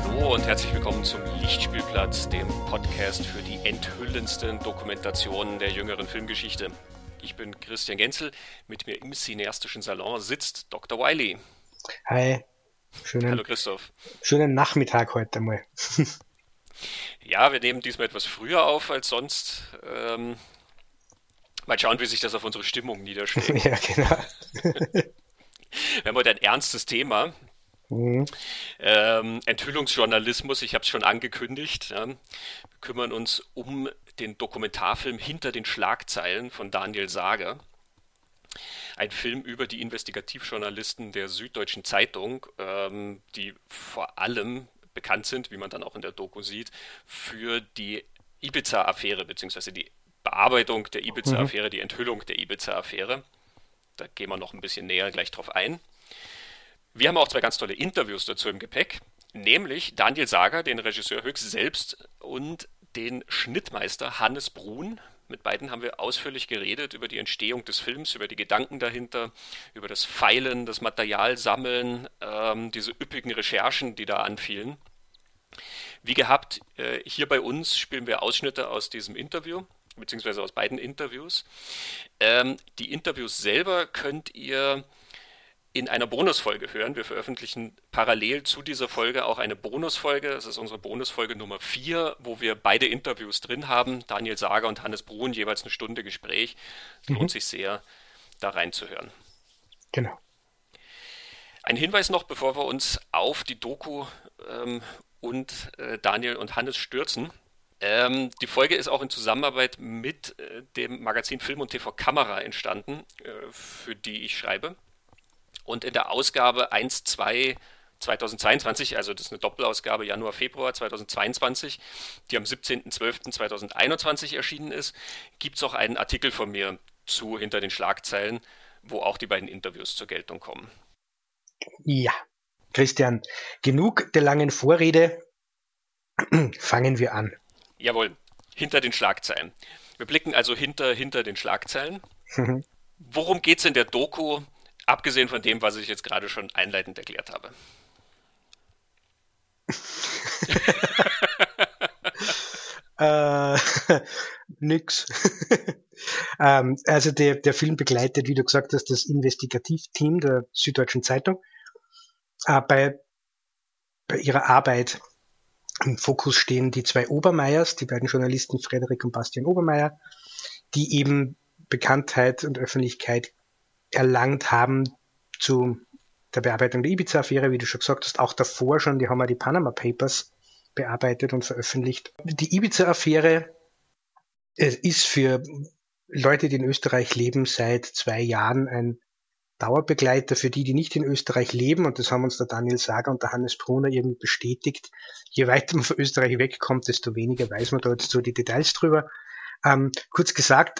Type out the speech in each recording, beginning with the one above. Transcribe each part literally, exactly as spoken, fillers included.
Hallo und herzlich willkommen zum Lichtspielplatz, dem Podcast für die enthüllendsten Dokumentationen der jüngeren Filmgeschichte. Ich bin Christian Genzel, mit mir im cineastischen Salon sitzt Doktor Wiley. Hi, schönen, Hallo Christoph. schönen Nachmittag heute mal. Ja, wir nehmen diesmal etwas früher auf als sonst. Ähm, mal schauen, wie sich das auf unsere Stimmung niederschlägt. Ja, genau. Wir haben heute ein ernstes Thema. Mhm. Ähm, Enthüllungsjournalismus, ich habe es schon angekündigt. Ja. Wir kümmern uns um den Dokumentarfilm Hinter den Schlagzeilen von Daniel Sager. Ein Film über die Investigativjournalisten der Süddeutschen Zeitung, ähm, die vor allem bekannt sind, wie man dann auch in der Doku sieht, für die Ibiza-Affäre, beziehungsweise die Bearbeitung der Ibiza-Affäre, die Enthüllung der Ibiza-Affäre. Da gehen wir noch ein bisschen näher gleich drauf ein. Wir haben auch zwei ganz tolle Interviews dazu im Gepäck, nämlich Daniel Sager, den Regisseur höchst selbst, und den Schnittmeister Hannes Brun. Mit beiden haben wir ausführlich geredet über die Entstehung des Films, über die Gedanken dahinter, über das Feilen, das Materialsammeln, ähm, diese üppigen Recherchen, die da anfielen. Wie gehabt, äh, hier bei uns spielen wir Ausschnitte aus diesem Interview, beziehungsweise aus beiden Interviews. Ähm, die Interviews selber könnt ihr in einer Bonusfolge hören. Wir veröffentlichen parallel zu dieser Folge auch eine Bonusfolge. Das ist unsere Bonusfolge Nummer vier, wo wir beide Interviews drin haben. Daniel Sager und Hannes Brun, jeweils eine Stunde Gespräch. Es lohnt Mhm. sich sehr, da reinzuhören. Genau. Ein Hinweis noch, bevor wir uns auf die Doku ähm, und äh, Daniel und Hannes stürzen. Ähm, die Folge ist auch in Zusammenarbeit mit äh, dem Magazin Film und T V Kamera entstanden, äh, für die ich schreibe. Und in der Ausgabe eins zwei zweitausendzweiundzwanzig, also das ist eine Doppelausgabe Januar, Februar zweitausendzweiundzwanzig, die am siebzehnten zwölften zweitausendeinundzwanzig erschienen ist, gibt es auch einen Artikel von mir zu Hinter den Schlagzeilen, wo auch die beiden Interviews zur Geltung kommen. Ja, Christian, genug der langen Vorrede. Fangen wir an. Jawohl, hinter den Schlagzeilen. Wir blicken also hinter, hinter den Schlagzeilen. Mhm. Worum geht es in der Doku, abgesehen von dem, was ich jetzt gerade schon einleitend erklärt habe? äh, nix. ähm, also der, der Film begleitet, wie du gesagt hast, das Investigativteam der Süddeutschen Zeitung äh, bei, bei ihrer Arbeit. Im Fokus stehen die zwei Obermeiers, die beiden Journalisten Frederik und Bastian Obermeier, die eben Bekanntheit und Öffentlichkeit erlangt haben zu der Bearbeitung der Ibiza-Affäre, wie du schon gesagt hast, auch davor schon, die haben ja die Panama Papers bearbeitet und veröffentlicht. Die Ibiza-Affäre ist für Leute, die in Österreich leben, seit zwei Jahren ein Dauerbegleiter. Für die, die nicht in Österreich leben, und das haben uns der Daniel Sager und der Hannes Brunner irgendwie bestätigt, je weiter man von Österreich wegkommt, desto weniger weiß man da jetzt so die Details drüber. Ähm, kurz gesagt,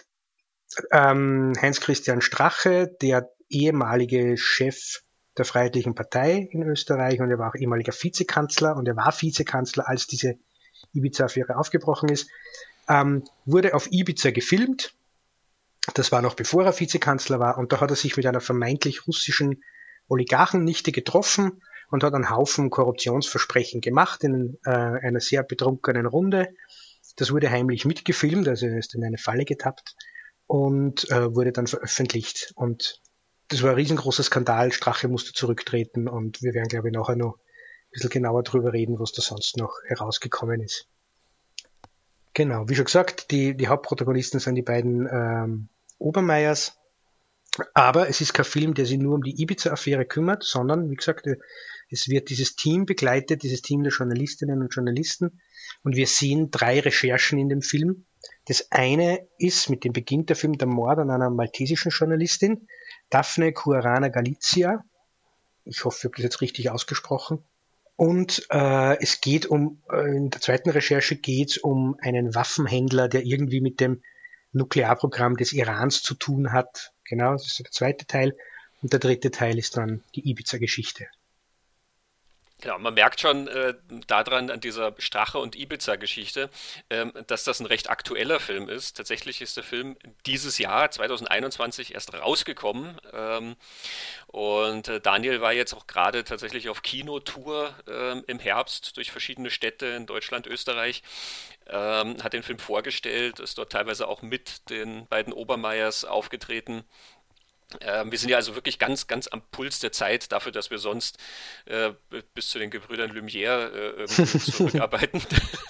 ähm, Heinz-Christian Strache, der ehemalige Chef der Freiheitlichen Partei in Österreich, und er war auch ehemaliger Vizekanzler, und er war Vizekanzler, als diese Ibiza-Affäre aufgebrochen ist, ähm, wurde auf Ibiza gefilmt. Das war noch bevor er Vizekanzler war, und da hat er sich mit einer vermeintlich russischen Oligarchennichte getroffen und hat einen Haufen Korruptionsversprechen gemacht in äh, einer sehr betrunkenen Runde. Das wurde heimlich mitgefilmt, also er ist in eine Falle getappt und äh, wurde dann veröffentlicht. Und das war ein riesengroßer Skandal. Strache musste zurücktreten, und wir werden, glaube ich, nachher noch ein bisschen genauer drüber reden, was da sonst noch herausgekommen ist. Genau, wie schon gesagt, die, die Hauptprotagonisten sind die beiden ähm, Obermeiers. Aber es ist kein Film, der sich nur um die Ibiza-Affäre kümmert, sondern, wie gesagt, es wird dieses Team begleitet, dieses Team der Journalistinnen und Journalisten. Und wir sehen drei Recherchen in dem Film. Das eine ist, mit dem beginnt der Film, der Mord an einer maltesischen Journalistin, Daphne Caruana Galizia. Ich hoffe, ich habe das jetzt richtig ausgesprochen. Und äh, es geht um, äh, in der zweiten Recherche geht es um einen Waffenhändler, der irgendwie mit dem Nuklearprogramm des Irans zu tun hat. Genau, das ist der zweite Teil. Und der dritte Teil ist dann die Ibiza-Geschichte. Genau, man merkt schon äh, daran, an dieser Strache- und Ibiza-Geschichte, ähm, dass das ein recht aktueller Film ist. Tatsächlich ist der Film dieses Jahr, zwanzig einundzwanzig, erst rausgekommen. Ähm, und äh, Daniel war jetzt auch gerade tatsächlich auf Kinotour ähm, im Herbst durch verschiedene Städte in Deutschland, Österreich, ähm, hat den Film vorgestellt, ist dort teilweise auch mit den beiden Obermeyers aufgetreten. Ähm, wir sind ja also wirklich ganz, ganz am Puls der Zeit dafür, dass wir sonst äh, bis zu den Gebrüdern Lumière äh, irgendwo zurückarbeiten.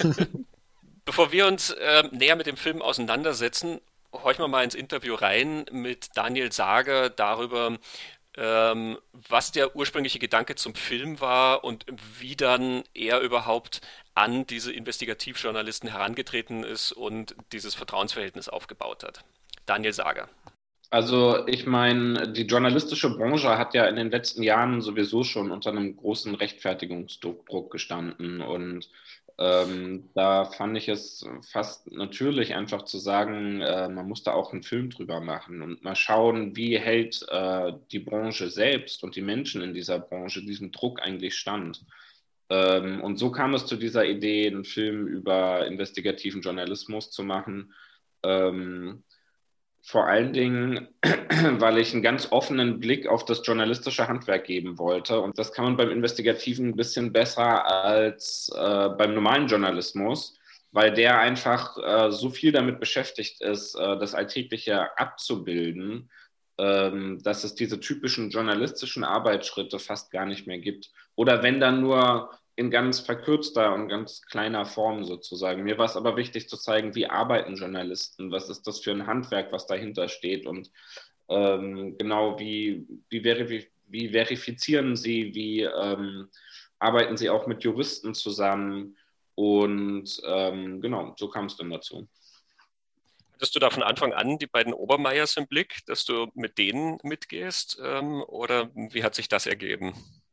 Bevor wir uns äh, näher mit dem Film auseinandersetzen, horchen wir mal ins Interview rein mit Daniel Sager darüber, ähm, was der ursprüngliche Gedanke zum Film war und wie dann er überhaupt an diese Investigativjournalisten herangetreten ist und dieses Vertrauensverhältnis aufgebaut hat. Daniel Sager. Also ich meine, die journalistische Branche hat ja in den letzten Jahren sowieso schon unter einem großen Rechtfertigungsdruck Druck gestanden. Und ähm, da fand ich es fast natürlich, einfach zu sagen, äh, man muss da auch einen Film drüber machen und mal schauen, wie hält äh, die Branche selbst und die Menschen in dieser Branche diesem Druck eigentlich stand. Ähm, und so kam es zu dieser Idee, einen Film über investigativen Journalismus zu machen. Ähm, vor allen Dingen, weil ich einen ganz offenen Blick auf das journalistische Handwerk geben wollte. Und das kann man beim Investigativen ein bisschen besser als äh, beim normalen Journalismus, weil der einfach äh, so viel damit beschäftigt ist, äh, das Alltägliche abzubilden, ähm, dass es diese typischen journalistischen Arbeitsschritte fast gar nicht mehr gibt. Oder wenn dann nur in ganz verkürzter und ganz kleiner Form sozusagen. Mir war es aber wichtig zu zeigen, wie arbeiten Journalisten, was ist das für ein Handwerk, was dahinter steht und ähm, genau, wie, wie, verif wie verifizieren sie, wie ähm, arbeiten sie auch mit Juristen zusammen und ähm, genau, so kam es dann dazu. Hattest du da von Anfang an die beiden Obermeyers im Blick, dass du mit denen mitgehst, ähm, oder wie hat sich das ergeben?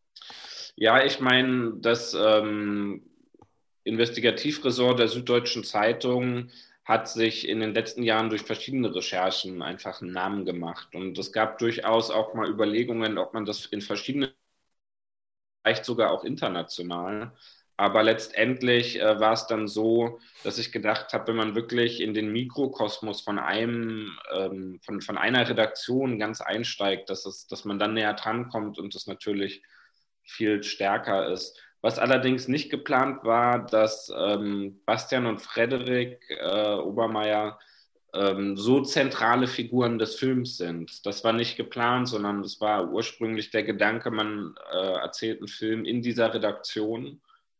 Ja, ich meine, das ähm, Investigativressort der Süddeutschen Zeitung hat sich in den letzten Jahren durch verschiedene Recherchen einfach einen Namen gemacht. Und es gab durchaus auch mal Überlegungen, ob man das in verschiedenen, vielleicht sogar auch international. Aber letztendlich äh, war es dann so, dass ich gedacht habe, wenn man wirklich in den Mikrokosmos von einem, ähm, von, von einer Redaktion ganz einsteigt, dass, es, dass man dann näher drankommt und das natürlich viel stärker ist. Was allerdings nicht geplant war, dass ähm, Bastian und Frederik äh, Obermeier ähm, so zentrale Figuren des Films sind. Das war nicht geplant, sondern es war ursprünglich der Gedanke, man äh, erzählt einen Film in dieser Redaktion.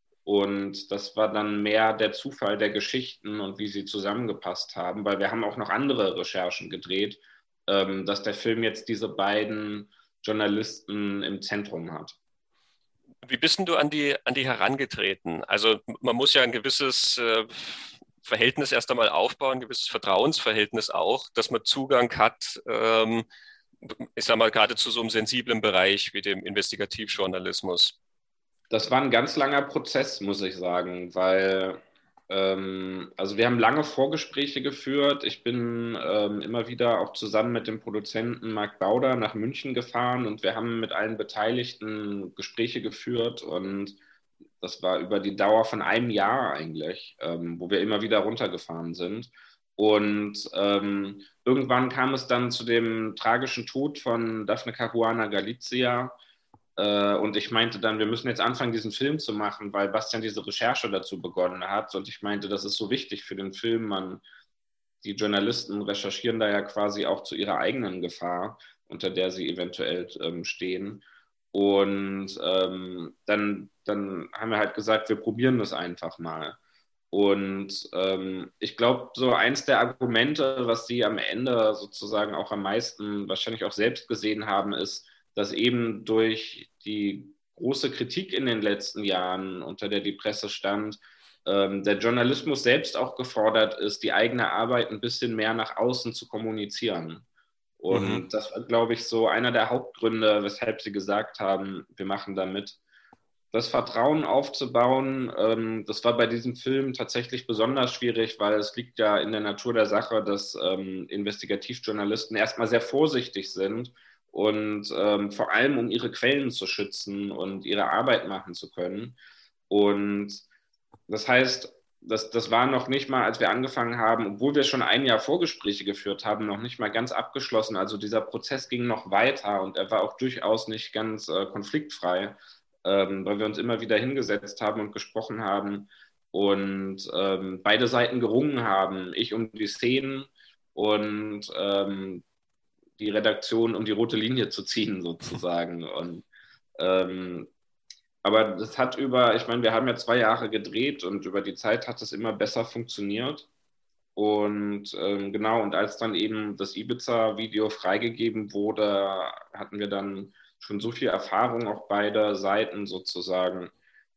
Und das war dann mehr der Zufall der Geschichten und wie sie zusammengepasst haben, weil wir haben auch noch andere Recherchen gedreht, ähm, dass der Film jetzt diese beiden Journalisten im Zentrum hat. Wie bist denn du an die, an die herangetreten? Also man muss ja ein gewisses äh, Verhältnis erst einmal aufbauen, ein gewisses Vertrauensverhältnis auch, dass man Zugang hat, ähm, ich sag mal, gerade zu so einem sensiblen Bereich wie dem Investigativjournalismus. Das war ein ganz langer Prozess, muss ich sagen, weil ähm, also wir haben lange Vorgespräche geführt. Ich bin ähm, immer wieder auch zusammen mit dem Produzenten Marc Bauder nach München gefahren und wir haben mit allen Beteiligten Gespräche geführt und das war über die Dauer von einem Jahr eigentlich, ähm, wo wir immer wieder runtergefahren sind. Und ähm, irgendwann kam es dann zu dem tragischen Tod von Daphne Caruana Galizia. Äh, und ich meinte dann, wir müssen jetzt anfangen, diesen Film zu machen, weil Bastian diese Recherche dazu begonnen hat. Und ich meinte, das ist so wichtig für den Film. Man, die Journalisten recherchieren da ja quasi auch zu ihrer eigenen Gefahr, unter der sie eventuell ähm, stehen. Und ähm, dann, dann haben wir halt gesagt, wir probieren das einfach mal. Und ähm, ich glaube, so eins der Argumente, was sie am Ende sozusagen auch am meisten wahrscheinlich auch selbst gesehen haben, ist, dass eben durch die große Kritik in den letzten Jahren, unter der die Presse stand, ähm, der Journalismus selbst auch gefordert ist, die eigene Arbeit ein bisschen mehr nach außen zu kommunizieren. Und Mhm. das war, glaube ich, so einer der Hauptgründe, weshalb sie gesagt haben, wir machen da mit. Das Vertrauen aufzubauen, ähm, das war bei diesem Film tatsächlich besonders schwierig, weil es liegt ja in der Natur der Sache, dass ähm, Investigativjournalisten erstmal sehr vorsichtig sind und ähm, vor allem um ihre Quellen zu schützen und ihre Arbeit machen zu können. Und das heißt, das, das war noch nicht mal, als wir angefangen haben, obwohl wir schon ein Jahr Vorgespräche geführt haben, noch nicht mal ganz abgeschlossen. Also dieser Prozess ging noch weiter und er war auch durchaus nicht ganz äh, konfliktfrei, ähm, weil wir uns immer wieder hingesetzt haben und gesprochen haben und ähm, beide Seiten gerungen haben. Ich um die Szenen und ähm, die Redaktion um die rote Linie zu ziehen sozusagen. Und ähm, aber das hat über, ich meine, wir haben ja zwei Jahre gedreht und über die Zeit hat es immer besser funktioniert. Und ähm, genau, und als dann eben das Ibiza-Video freigegeben wurde, hatten wir dann schon so viel Erfahrung auf beider Seiten sozusagen,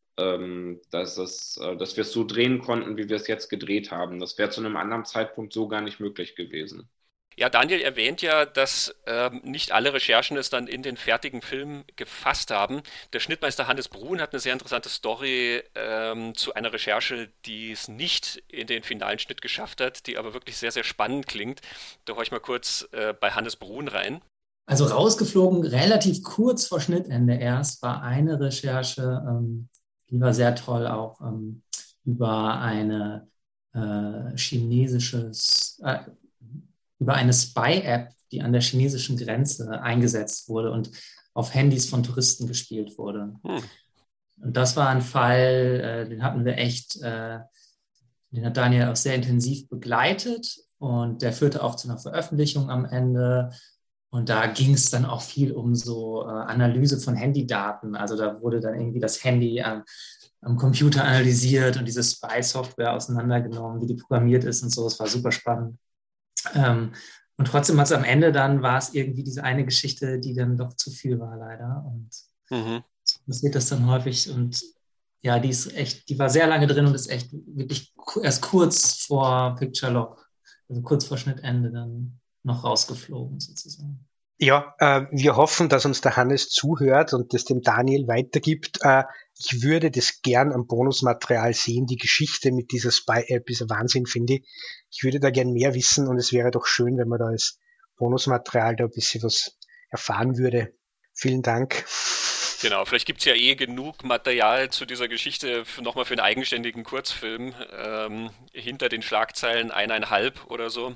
ähm, dass, es, äh, dass wir es so drehen konnten, wie wir es jetzt gedreht haben. Das wäre zu einem anderen Zeitpunkt so gar nicht möglich gewesen. Ja, Daniel erwähnt ja, dass ähm, nicht alle Recherchen es dann in den fertigen Film gefasst haben. Der Schnittmeister Hannes Brun hat eine sehr interessante Story ähm, zu einer Recherche, die es nicht in den finalen Schnitt geschafft hat, die aber wirklich sehr, sehr spannend klingt. Da höre ich mal kurz äh, bei Hannes Brun rein. Also rausgeflogen, relativ kurz vor Schnittende erst, war eine Recherche, ähm, die war sehr toll, auch ähm, über eine äh, chinesische... Äh, über eine Spy-App, die an der chinesischen Grenze eingesetzt wurde und auf Handys von Touristen gespielt wurde. Hm. Und das war ein Fall, äh, den hatten wir echt, äh, den hat Daniel auch sehr intensiv begleitet und der führte auch zu einer Veröffentlichung am Ende. Und da ging es dann auch viel um so äh, Analyse von Handydaten. Also da wurde dann irgendwie das Handy am, am Computer analysiert und diese Spy-Software auseinandergenommen, wie die programmiert ist und so. Es war super spannend. Ähm, und trotzdem hat es am Ende dann, war es irgendwie diese eine Geschichte, die dann doch zu viel war leider. Und mhm. so passiert das dann häufig. Und ja, die ist echt, die war sehr lange drin und ist echt wirklich erst kurz vor Picture Lock, also kurz vor Schnittende dann noch rausgeflogen sozusagen. Ja, äh, wir hoffen, dass uns der Hannes zuhört und das dem Daniel weitergibt. Äh, ich würde das gern am Bonusmaterial sehen. Die Geschichte mit dieser Spy-App ist ein Wahnsinn, finde ich. Ich würde da gern mehr wissen und es wäre doch schön, wenn man da als Bonusmaterial da ein bisschen was erfahren würde. Vielen Dank. Genau, vielleicht gibt es ja eh genug Material zu dieser Geschichte für, nochmal für einen eigenständigen Kurzfilm ähm, hinter den Schlagzeilen eineinhalb oder so.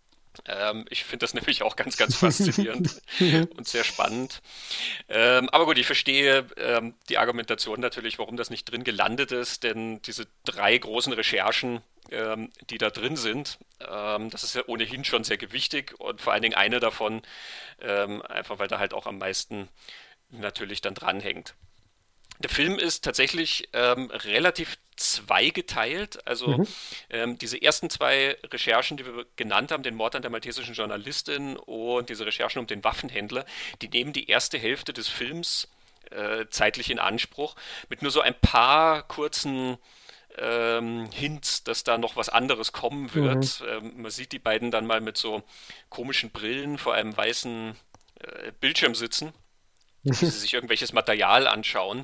Ähm, ich finde das nämlich auch ganz, ganz faszinierend und sehr spannend. Ähm, aber gut, ich verstehe ähm, die Argumentation natürlich, warum das nicht drin gelandet ist, denn diese drei großen Recherchen, ähm, die da drin sind, ähm, das ist ja ohnehin schon sehr gewichtig und vor allen Dingen eine davon, ähm, einfach weil da halt auch am meisten natürlich dann dranhängt. Der Film ist tatsächlich ähm, relativ zweigeteilt. Also mhm. ähm, diese ersten zwei Recherchen, die wir genannt haben, den Mord an der maltesischen Journalistin und diese Recherchen um den Waffenhändler, die nehmen die erste Hälfte des Films äh, zeitlich in Anspruch, mit nur so ein paar kurzen ähm, Hints, dass da noch was anderes kommen wird. Mhm. Ähm, man sieht die beiden dann mal mit so komischen Brillen vor einem weißen äh, Bildschirm sitzen, wie sie sich irgendwelches Material anschauen,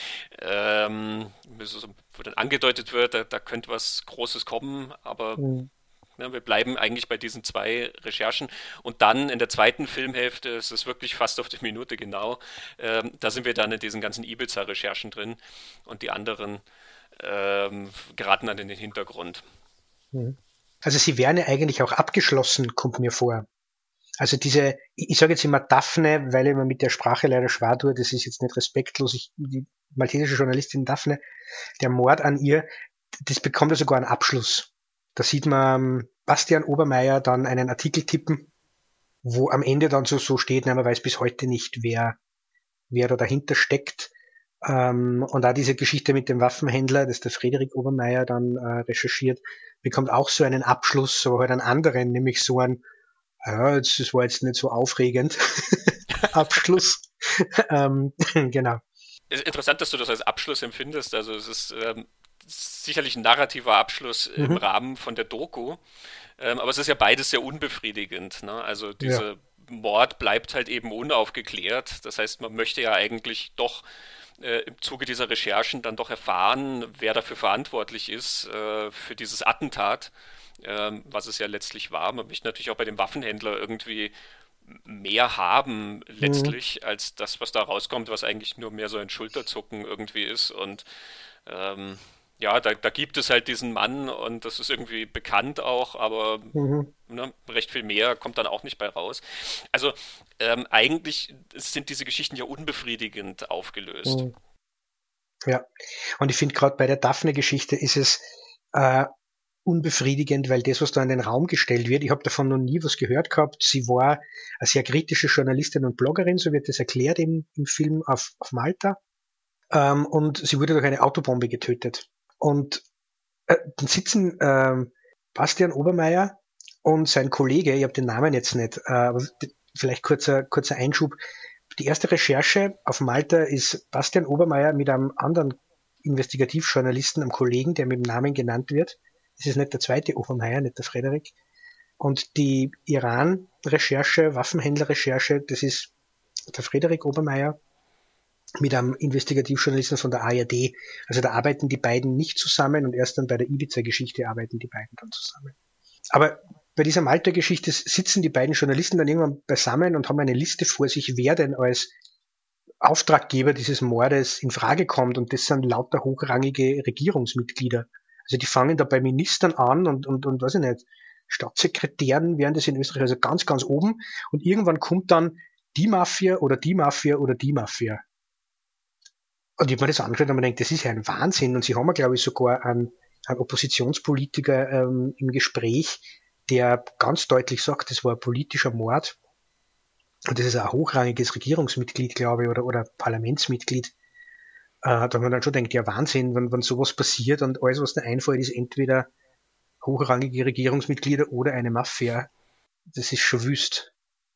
ähm, wo dann angedeutet wird, da, da könnte was Großes kommen, aber mhm. ja, wir bleiben eigentlich bei diesen zwei Recherchen. Und dann in der zweiten Filmhälfte, es ist wirklich fast auf die Minute genau, ähm, da sind wir dann in diesen ganzen Ibiza-Recherchen drin und die anderen ähm, geraten dann in den Hintergrund. Also sie wären ja eigentlich auch abgeschlossen, kommt mir vor. Also diese, ich sage jetzt immer Daphne, weil ich mir mit der Sprache leider schwer tue, das ist jetzt nicht respektlos, ich, die maltesische Journalistin Daphne, der Mord an ihr, das bekommt ja sogar einen Abschluss. Da sieht man Bastian Obermeier dann einen Artikel tippen, wo am Ende dann so, so steht, na, man weiß bis heute nicht, wer, wer da dahinter steckt. Ähm, und auch diese Geschichte mit dem Waffenhändler, das der Frederik Obermeier dann äh, recherchiert, bekommt auch so einen Abschluss, aber halt einen anderen, nämlich so ein ja, das war jetzt nicht so aufregend. Abschluss. ähm, genau. Es ist interessant, dass du das als Abschluss empfindest. Also es ist ähm, sicherlich ein narrativer Abschluss mhm. im Rahmen von der Doku. Ähm, aber es ist ja beides sehr unbefriedigend. Ne? Also dieser ja. Mord bleibt halt eben unaufgeklärt. Das heißt, man möchte ja eigentlich doch äh, im Zuge dieser Recherchen dann doch erfahren, wer dafür verantwortlich ist, äh, für dieses Attentat. Ähm, was es ja letztlich war. Man möchte natürlich auch bei dem Waffenhändler irgendwie mehr haben letztlich, mhm. als das, was da rauskommt, was eigentlich nur mehr so ein Schulterzucken irgendwie ist. Und ähm, ja, da, da gibt es halt diesen Mann und das ist irgendwie bekannt auch, aber mhm. ne, recht viel mehr kommt dann auch nicht bei raus. Also ähm, eigentlich sind diese Geschichten ja unbefriedigend aufgelöst. Mhm. Ja, und ich finde gerade bei der Daphne-Geschichte ist es äh, unbefriedigend, weil das, was da in den Raum gestellt wird, ich habe davon noch nie was gehört gehabt. Sie war eine sehr kritische Journalistin und Bloggerin, so wird das erklärt im, im Film auf, auf Malta. Ähm, und sie wurde durch eine Autobombe getötet. Und äh, dann sitzen äh, Bastian Obermeier und sein Kollege, ich habe den Namen jetzt nicht, äh, aber vielleicht kurzer, kurzer Einschub. Die erste Recherche auf Malta ist Bastian Obermeier mit einem anderen Investigativjournalisten, einem Kollegen, der mit dem Namen genannt wird. Das ist nicht der zweite Obermeier, nicht der Frederik. Und die Iran-Recherche, Waffenhändler-Recherche, das ist der Frederik Obermeier mit einem Investigativjournalisten von der A R D. Also da arbeiten die beiden nicht zusammen und erst dann bei der Ibiza-Geschichte arbeiten die beiden dann zusammen. Aber bei dieser Malta-Geschichte sitzen die beiden Journalisten dann irgendwann beisammen und haben eine Liste vor sich, wer denn als Auftraggeber dieses Mordes in Frage kommt. Und das sind lauter hochrangige Regierungsmitglieder. Also die fangen da bei Ministern an und, und, und weiß ich nicht, Staatssekretären wären das in Österreich, also ganz, ganz oben. Und irgendwann kommt dann die Mafia oder die Mafia oder die Mafia. Und ich habe mir das angeschaut und mir gedacht, das ist ja ein Wahnsinn. Und sie haben ja, glaube ich, sogar einen, einen Oppositionspolitiker ähm, im Gespräch, der ganz deutlich sagt, das war ein politischer Mord. Und das ist ein hochrangiges Regierungsmitglied, glaube ich, oder, oder Parlamentsmitglied. Äh, da haben wir dann schon gedacht, ja Wahnsinn, wenn, wenn sowas passiert und alles, was da einfällt, ist entweder hochrangige Regierungsmitglieder oder eine Mafia. Das ist schon wüst.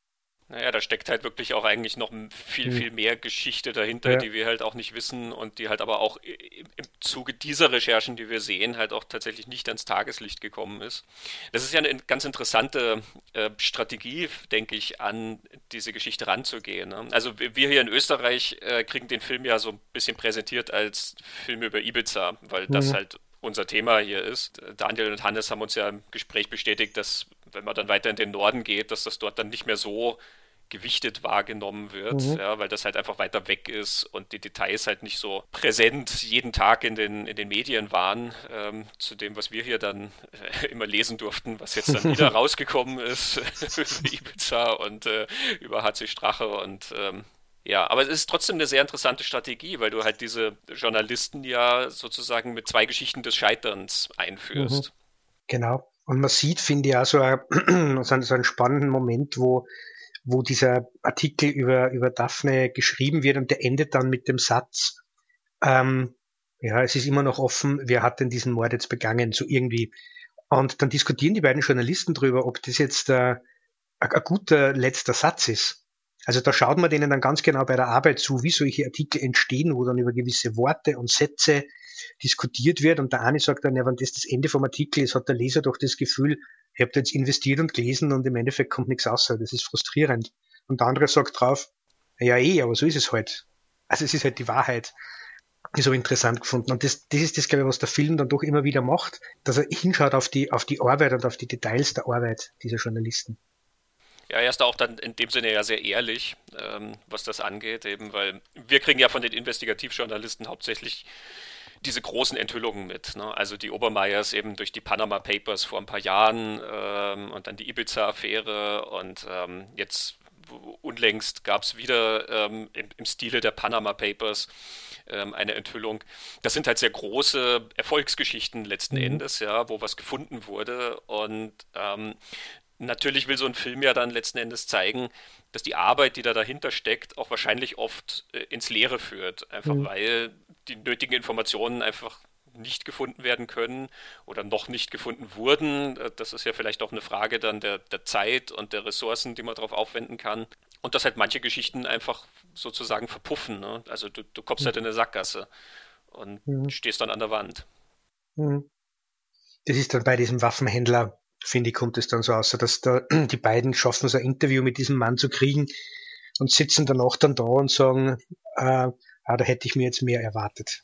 Naja, da steckt halt wirklich auch eigentlich noch viel, viel mehr Geschichte dahinter, ja. die wir halt auch nicht wissen und die halt aber auch im Zuge dieser Recherchen, die wir sehen, halt auch tatsächlich nicht ans Tageslicht gekommen ist. Das ist ja eine ganz interessante äh, Strategie, denke ich, an diese Geschichte ranzugehen. Ne? Also wir hier in Österreich äh, kriegen den Film ja so ein bisschen präsentiert als Film über Ibiza, weil das mhm. halt unser Thema hier ist. Daniel und Hannes haben uns ja im Gespräch bestätigt, dass wenn man dann weiter in den Norden geht, dass das dort dann nicht mehr so gewichtet wahrgenommen wird, mhm. ja, weil das halt einfach weiter weg ist und die Details halt nicht so präsent jeden Tag in den, in den Medien waren, ähm, zu dem, was wir hier dann äh, immer lesen durften, was jetzt dann wieder rausgekommen ist über Ibiza und äh, über H C Strache und ähm, ja, aber es ist trotzdem eine sehr interessante Strategie, weil du halt diese Journalisten ja sozusagen mit zwei Geschichten des Scheiterns einführst. Mhm. Genau. Und man sieht, finde ich, auch so, ein, so einen spannenden Moment, wo, wo dieser Artikel über, über Daphne geschrieben wird und der endet dann mit dem Satz, ähm, ja, es ist immer noch offen, wer hat denn diesen Mord jetzt begangen, so irgendwie. Und dann diskutieren die beiden Journalisten drüber, ob das jetzt äh, ein, ein guter letzter Satz ist. Also da schaut man denen dann ganz genau bei der Arbeit zu, wie solche Artikel entstehen, wo dann über gewisse Worte und Sätze diskutiert wird. Und der eine sagt dann, ja, wenn das das Ende vom Artikel ist, hat der Leser doch das Gefühl, ihr habt jetzt investiert und gelesen und im Endeffekt kommt nichts raus. Das ist frustrierend. Und der andere sagt drauf, ja eh, aber so ist es halt. Also es ist halt die Wahrheit. Das habe ich interessant gefunden. Und das, das ist das, glaube ich, was der Film dann doch immer wieder macht, dass er hinschaut auf die, auf die Arbeit und auf die Details der Arbeit dieser Journalisten. Ja, er ist da auch dann in dem Sinne ja sehr ehrlich, ähm, was das angeht, eben, weil wir kriegen ja von den Investigativjournalisten hauptsächlich diese großen Enthüllungen mit, ne? Also die Obermeyers eben durch die Panama Papers vor ein paar Jahren ähm, und dann die Ibiza-Affäre und ähm, jetzt unlängst gab es wieder ähm, im, im Stile der Panama Papers ähm, eine Enthüllung. Das sind halt sehr große Erfolgsgeschichten letzten mhm. Endes, ja, wo was gefunden wurde und ähm, natürlich will so ein Film ja dann letzten Endes zeigen, dass die Arbeit, die da dahinter steckt, auch wahrscheinlich oft äh, ins Leere führt. Einfach mhm. weil die nötigen Informationen einfach nicht gefunden werden können oder noch nicht gefunden wurden. Das ist ja vielleicht auch eine Frage dann der, der Zeit und der Ressourcen, die man darauf aufwenden kann. Und dass halt manche Geschichten einfach sozusagen verpuffen. Ne? Also du, du kommst mhm. halt in eine Sackgasse und mhm. stehst dann an der Wand. Mhm. Das ist dann bei diesem Waffenhändler, finde ich, kommt es dann so aus, dass da die beiden schaffen, so ein Interview mit diesem Mann zu kriegen und sitzen danach dann da und sagen, äh, ah, da hätte ich mir jetzt mehr erwartet.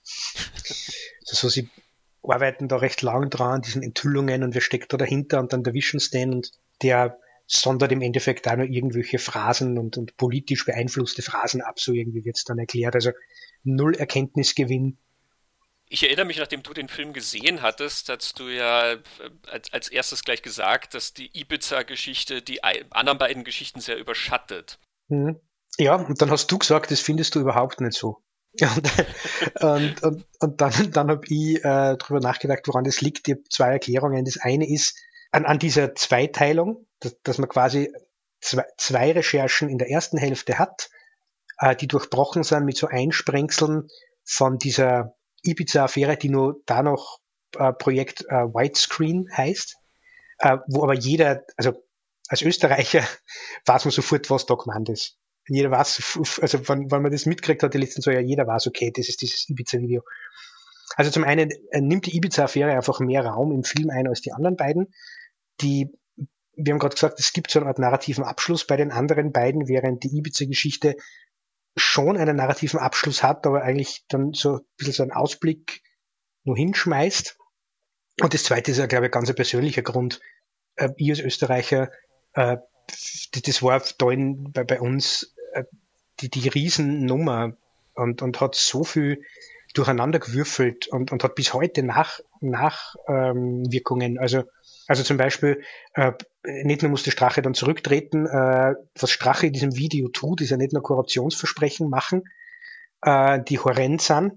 Also sie arbeiten da recht lang dran, diesen Enthüllungen und wer steckt da dahinter und dann erwischen sie den und der sondert im Endeffekt auch nur irgendwelche Phrasen und, und politisch beeinflusste Phrasen ab, so irgendwie wird es dann erklärt. Also null Erkenntnisgewinn. Ich erinnere mich, nachdem du den Film gesehen hattest, hast du ja als, als erstes gleich gesagt, dass die Ibiza-Geschichte die anderen beiden Geschichten sehr überschattet. Mhm. Ja, und dann hast du gesagt, das findest du überhaupt nicht so. Und, und, und, und dann, dann habe ich äh, darüber nachgedacht, woran das liegt. Ich habe zwei Erklärungen. Das eine ist an, an dieser Zweiteilung, dass, dass man quasi zwei, zwei Recherchen in der ersten Hälfte hat, äh, die durchbrochen sind mit so Einsprengseln von dieser Ibiza-Affäre, die nur da noch äh, Projekt äh, Widescreen heißt, äh, wo aber jeder, also als Österreicher weiß man sofort, was da gemeint ist. Jeder weiß, also wenn, wenn man das mitkriegt hat, die letzten zwei Jahre, jeder weiß, okay, das ist dieses Ibiza-Video. Also zum einen äh, nimmt die Ibiza-Affäre einfach mehr Raum im Film ein als die anderen beiden. Die, wir haben gerade gesagt, es gibt so eine Art narrativen Abschluss bei den anderen beiden, während die Ibiza-Geschichte schon einen narrativen Abschluss hat, aber eigentlich dann so ein bisschen so einen Ausblick nur hinschmeißt. Und das zweite ist ja, glaube ich, ganz ein persönlicher Grund. Äh, ich als Österreicher, äh, das war da in, bei, bei uns äh, die, die Riesennummer und, und hat so viel durcheinander gewürfelt und, und hat bis heute nach, Nachwirkungen. Ähm, also, also zum Beispiel, äh, nicht nur musste Strache dann zurücktreten, äh, was Strache in diesem Video tut, ist ja nicht nur Korruptionsversprechen machen, äh, die horrend sind.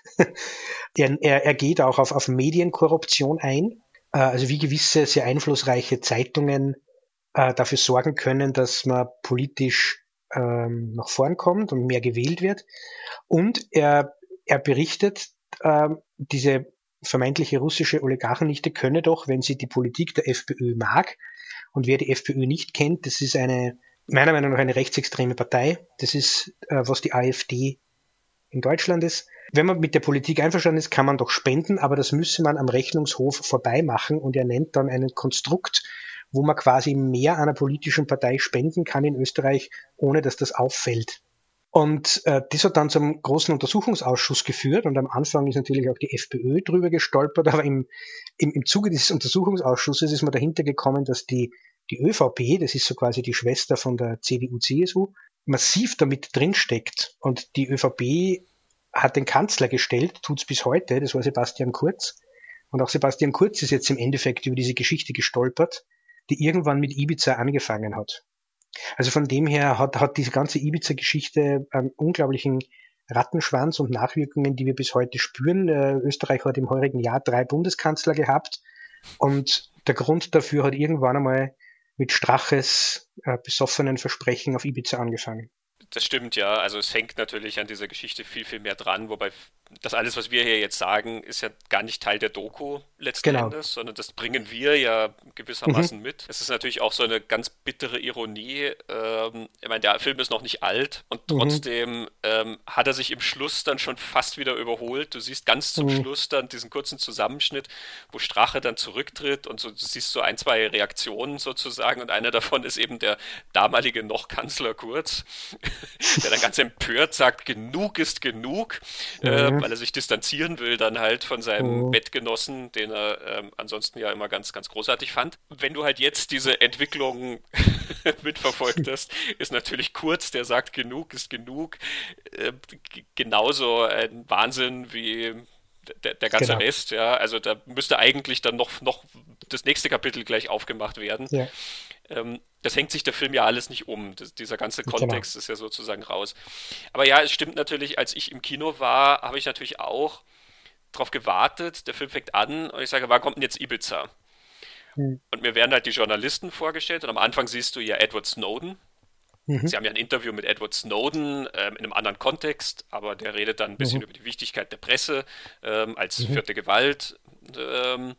er, er, er geht auch auf, auf Medienkorruption ein, äh, also wie gewisse sehr einflussreiche Zeitungen äh, dafür sorgen können, dass man politisch ähm, nach vorn kommt und mehr gewählt wird. Und er, er berichtet, äh, diese vermeintliche russische Oligarchennichte könne doch, wenn sie die Politik der FPÖ mag, und wer die FPÖ nicht kennt, das ist eine, meiner Meinung nach eine rechtsextreme Partei. Das ist, äh, was die AfD in Deutschland ist. Wenn man mit der Politik einverstanden ist, kann man doch spenden, aber das müsse man am Rechnungshof vorbei machen, und er nennt dann einen Konstrukt, wo man quasi mehr einer politischen Partei spenden kann in Österreich, ohne dass das auffällt. Und äh, das hat dann zum großen Untersuchungsausschuss geführt, und am Anfang ist natürlich auch die FPÖ drüber gestolpert, aber im, im, im Zuge dieses Untersuchungsausschusses ist man dahinter gekommen, dass die, die ÖVP, das ist so quasi die Schwester von der C D U C S U, massiv damit drinsteckt. Und die ÖVP hat den Kanzler gestellt, tut's bis heute, das war Sebastian Kurz. Und auch Sebastian Kurz ist jetzt im Endeffekt über diese Geschichte gestolpert, die irgendwann mit Ibiza angefangen hat. Also von dem her hat, hat diese ganze Ibiza-Geschichte einen unglaublichen Rattenschwanz und Nachwirkungen, die wir bis heute spüren. Äh, Österreich hat im heurigen Jahr drei Bundeskanzler gehabt, und der Grund dafür hat irgendwann einmal mit Straches äh, besoffenen Versprechen auf Ibiza angefangen. Das stimmt, ja. Also es hängt natürlich an dieser Geschichte viel, viel mehr dran, wobei das alles, was wir hier jetzt sagen, ist ja gar nicht Teil der Doku letzten Genau. Endes, sondern das bringen wir ja gewissermaßen Mhm. mit. Es ist natürlich auch so eine ganz bittere Ironie. Ähm, ich meine, der Film ist noch nicht alt, und Mhm. trotzdem ähm, hat er sich im Schluss dann schon fast wieder überholt. Du siehst ganz zum Mhm. Schluss dann diesen kurzen Zusammenschnitt, wo Strache dann zurücktritt, und so, du siehst so ein, zwei Reaktionen sozusagen, und einer davon ist eben der damalige noch Kanzler Kurz, der dann ganz empört sagt, genug ist genug, äh, Mhm. weil er sich distanzieren will dann halt von seinem Mhm. Bettgenossen, den er ähm, ansonsten ja immer ganz, ganz großartig fand. Wenn du halt jetzt diese Entwicklung mitverfolgt hast, ist natürlich Kurz, der sagt, genug ist genug, äh, g- genauso ein Wahnsinn wie der, der ganze Genau. Rest, ja. Also da müsste eigentlich dann noch, noch das nächste Kapitel gleich aufgemacht werden. Ja. Ähm, das hängt sich der Film ja alles nicht um. Das, dieser ganze Genau. Kontext ist ja sozusagen raus. Aber ja, es stimmt natürlich, als ich im Kino war, habe ich natürlich auch darauf gewartet. Der Film fängt an und ich sage, wann kommt denn jetzt Ibiza? Mhm. Und mir werden halt die Journalisten vorgestellt, und am Anfang siehst du ja Edward Snowden. Mhm. Sie haben ja ein Interview mit Edward Snowden ähm, in einem anderen Kontext, aber der redet dann ein bisschen Mhm. über die Wichtigkeit der Presse ähm, als Mhm. vierte Gewalt. Ähm,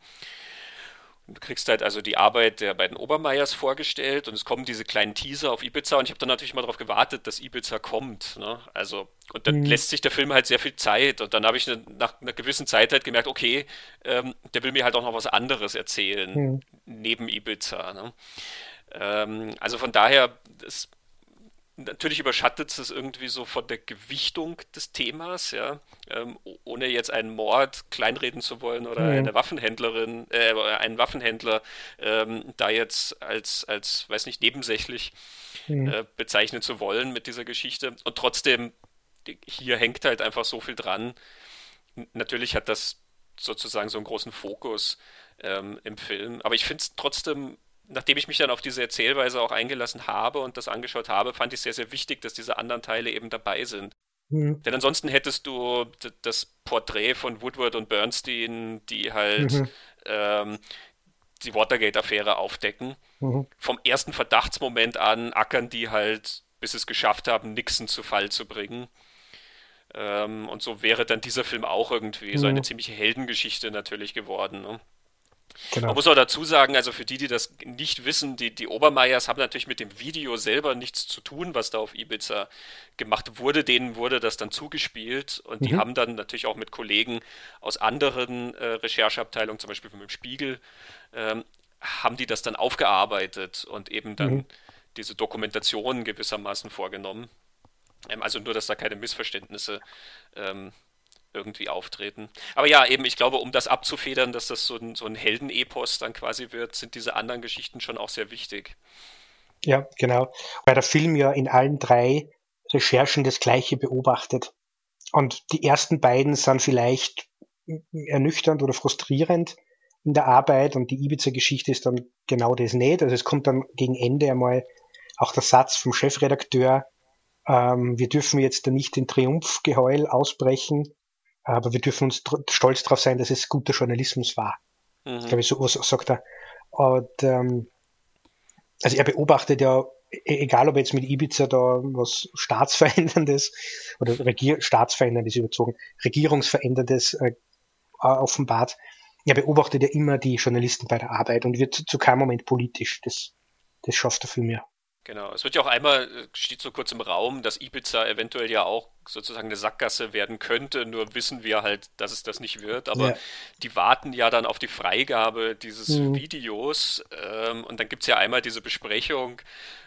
Du kriegst halt also die Arbeit der beiden Obermeyers vorgestellt, und es kommen diese kleinen Teaser auf Ibiza, und ich habe dann natürlich mal darauf gewartet, dass Ibiza kommt. Ne? Also, und dann Mhm. lässt sich der Film halt sehr viel Zeit, und dann habe ich ne, nach einer gewissen Zeit halt gemerkt, okay, ähm, der will mir halt auch noch was anderes erzählen, Mhm. neben Ibiza. Ne? Ähm, also von daher, das Natürlich überschattet es irgendwie so von der Gewichtung des Themas, ja, ähm, ohne jetzt einen Mord kleinreden zu wollen oder Mhm. eine Waffenhändlerin, äh, einen Waffenhändler ähm, da jetzt als, als, weiß nicht, nebensächlich Mhm. äh, bezeichnen zu wollen mit dieser Geschichte. Und trotzdem, hier hängt halt einfach so viel dran. N- Natürlich hat das sozusagen so einen großen Fokus ähm, im Film, aber ich finde es trotzdem, nachdem ich mich dann auf diese Erzählweise auch eingelassen habe und das angeschaut habe, fand ich sehr, sehr wichtig, dass diese anderen Teile eben dabei sind. Mhm. Denn ansonsten hättest du d- das Porträt von Woodward und Bernstein, die halt Mhm. ähm, die Watergate-Affäre aufdecken. Mhm. Vom ersten Verdachtsmoment an ackern die halt, bis sie es geschafft haben, Nixon zu Fall zu bringen. Ähm, und so wäre dann dieser Film auch irgendwie so eine Mhm. ziemliche Heldengeschichte natürlich geworden. Ne? Man Genau. muss auch dazu sagen, also für die, die das nicht wissen, die, die Obermeyers haben natürlich mit dem Video selber nichts zu tun, was da auf Ibiza gemacht wurde. Denen wurde das dann zugespielt und die Mhm. haben dann natürlich auch mit Kollegen aus anderen äh, Rechercheabteilungen, zum Beispiel vom Spiegel, ähm, haben die das dann aufgearbeitet und eben Mhm. dann diese Dokumentation gewissermaßen vorgenommen. Ähm, also nur, dass da keine Missverständnisse ähm, irgendwie auftreten. Aber ja, eben, ich glaube, um das abzufedern, dass das so ein, so ein Heldenepos dann quasi wird, sind diese anderen Geschichten schon auch sehr wichtig. Ja, genau. Weil der Film ja in allen drei Recherchen das Gleiche beobachtet. Und die ersten beiden sind vielleicht ernüchternd oder frustrierend in der Arbeit und die Ibiza-Geschichte ist dann genau das nicht. Also es kommt dann gegen Ende einmal auch der Satz vom Chefredakteur, ähm, wir dürfen jetzt da nicht in Triumphgeheul ausbrechen, aber wir dürfen uns tr- stolz darauf sein, dass es guter Journalismus war. Ich Mhm. glaube, so so sagt er. Und ähm, also er beobachtet ja, e- egal ob er jetzt mit Ibiza da was Staatsveränderndes oder Regier Staatsveränderndes überzogen, Regierungsveränderndes äh, offenbart, er beobachtet ja immer die Journalisten bei der Arbeit und wird zu keinem Moment politisch. Das, das schafft der Film ja. Genau. Es wird ja auch einmal, äh, steht so kurz im Raum, dass Ibiza eventuell ja auch sozusagen eine Sackgasse werden könnte, nur wissen wir halt, dass es das nicht wird. Aber Ja. die warten ja dann auf die Freigabe dieses Mhm. Videos. Ähm, und dann gibt es ja einmal diese Besprechung,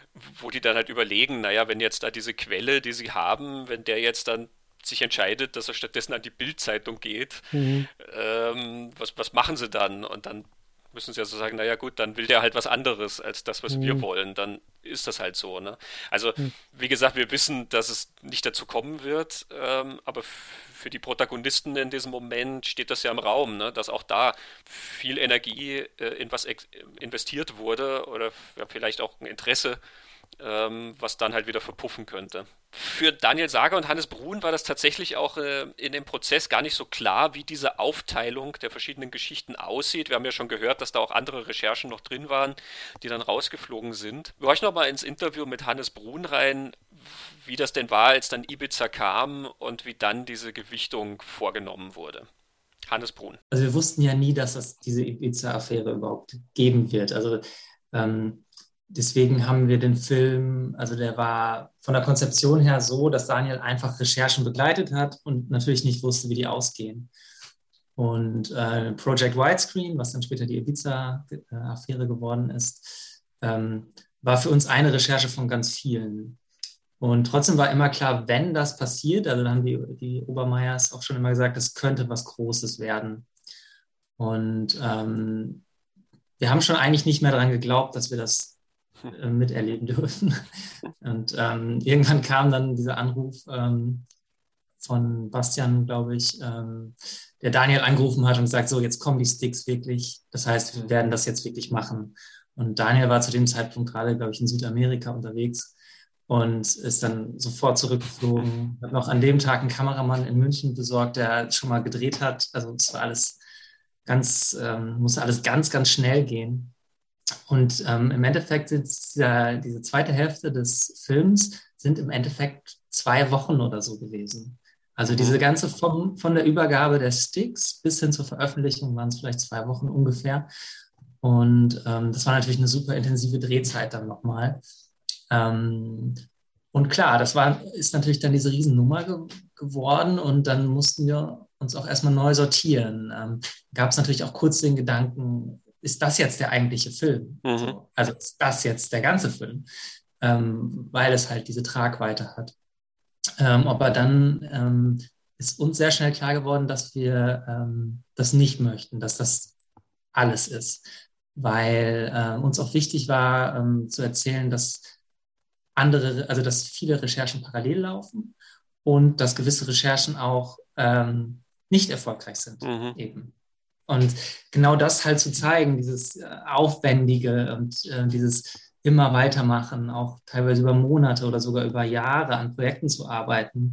wo die dann halt überlegen, naja, wenn jetzt da diese Quelle, die sie haben, wenn der jetzt dann sich entscheidet, dass er stattdessen an die Bild-Zeitung geht, Mhm. ähm, was, was machen sie dann? Und dann müssen sie ja so sagen, naja gut, dann will der halt was anderes als das, was wir Mhm. wollen. Dann ist das halt so, ne? Also, Mhm. wie gesagt, wir wissen, dass es nicht dazu kommen wird, ähm, aber f- für die Protagonisten in diesem Moment steht das ja im Raum, ne? Dass auch da viel Energie äh, in was ex- investiert wurde oder f- ja, vielleicht auch ein Interesse, ähm, was dann halt wieder verpuffen könnte. Für Daniel Sager und Hannes Brun war das tatsächlich auch äh, in dem Prozess gar nicht so klar, wie diese Aufteilung der verschiedenen Geschichten aussieht. Wir haben ja schon gehört, dass da auch andere Recherchen noch drin waren, die dann rausgeflogen sind. Wir horchen noch mal ins Interview mit Hannes Brun rein, wie das denn war, als dann Ibiza kam und wie dann diese Gewichtung vorgenommen wurde. Hannes Brun. Also wir wussten ja nie, dass es diese Ibiza-Affäre überhaupt geben wird. Also ähm, deswegen haben wir den Film, also der war von der Konzeption her so, dass Daniel einfach Recherchen begleitet hat und natürlich nicht wusste, wie die ausgehen. Und äh, Project Widescreen, was dann später die Ibiza-Affäre geworden ist, ähm, war für uns eine Recherche von ganz vielen. Und trotzdem war immer klar, wenn das passiert, also da haben die, die Obermeyers auch schon immer gesagt, das könnte was Großes werden. Und ähm, wir haben schon eigentlich nicht mehr daran geglaubt, dass wir das äh, miterleben dürfen. Und ähm, irgendwann kam dann dieser Anruf ähm, von Bastian, glaube ich, ähm, der Daniel angerufen hat und gesagt, so, jetzt kommen die Sticks wirklich. Das heißt, wir werden das jetzt wirklich machen. Und Daniel war zu dem Zeitpunkt gerade, glaube ich, in Südamerika unterwegs und ist dann sofort zurückgeflogen. Hat noch an dem Tag einen Kameramann in München besorgt, der schon mal gedreht hat. Also es war alles ganz, ähm, musste alles ganz, ganz schnell gehen. Und ähm, im Endeffekt sind diese, diese zweite Hälfte des Films sind im Endeffekt zwei Wochen oder so gewesen. Also Mhm. diese ganze von, von der Übergabe der Sticks bis hin zur Veröffentlichung waren es vielleicht zwei Wochen ungefähr. Und ähm, das war natürlich eine super intensive Drehzeit dann nochmal. Ähm, und klar, das war, ist natürlich dann diese Riesennummer ge geworden und dann mussten wir uns auch erstmal neu sortieren. Ähm, gab es natürlich auch kurz den Gedanken, ist das jetzt der eigentliche Film? Mhm. So, also ist das jetzt der ganze Film? ähm, weil es halt diese Tragweite hat. Ähm, aber dann ähm, ist uns sehr schnell klar geworden, dass wir ähm, das nicht möchten, dass das alles ist, weil äh, uns auch wichtig war, ähm, zu erzählen, dass andere, also dass viele Recherchen parallel laufen und dass gewisse Recherchen auch ähm, nicht erfolgreich sind, Mhm. eben. Und genau das halt zu zeigen, dieses äh, Aufwendige und äh, dieses immer weitermachen, auch teilweise über Monate oder sogar über Jahre an Projekten zu arbeiten,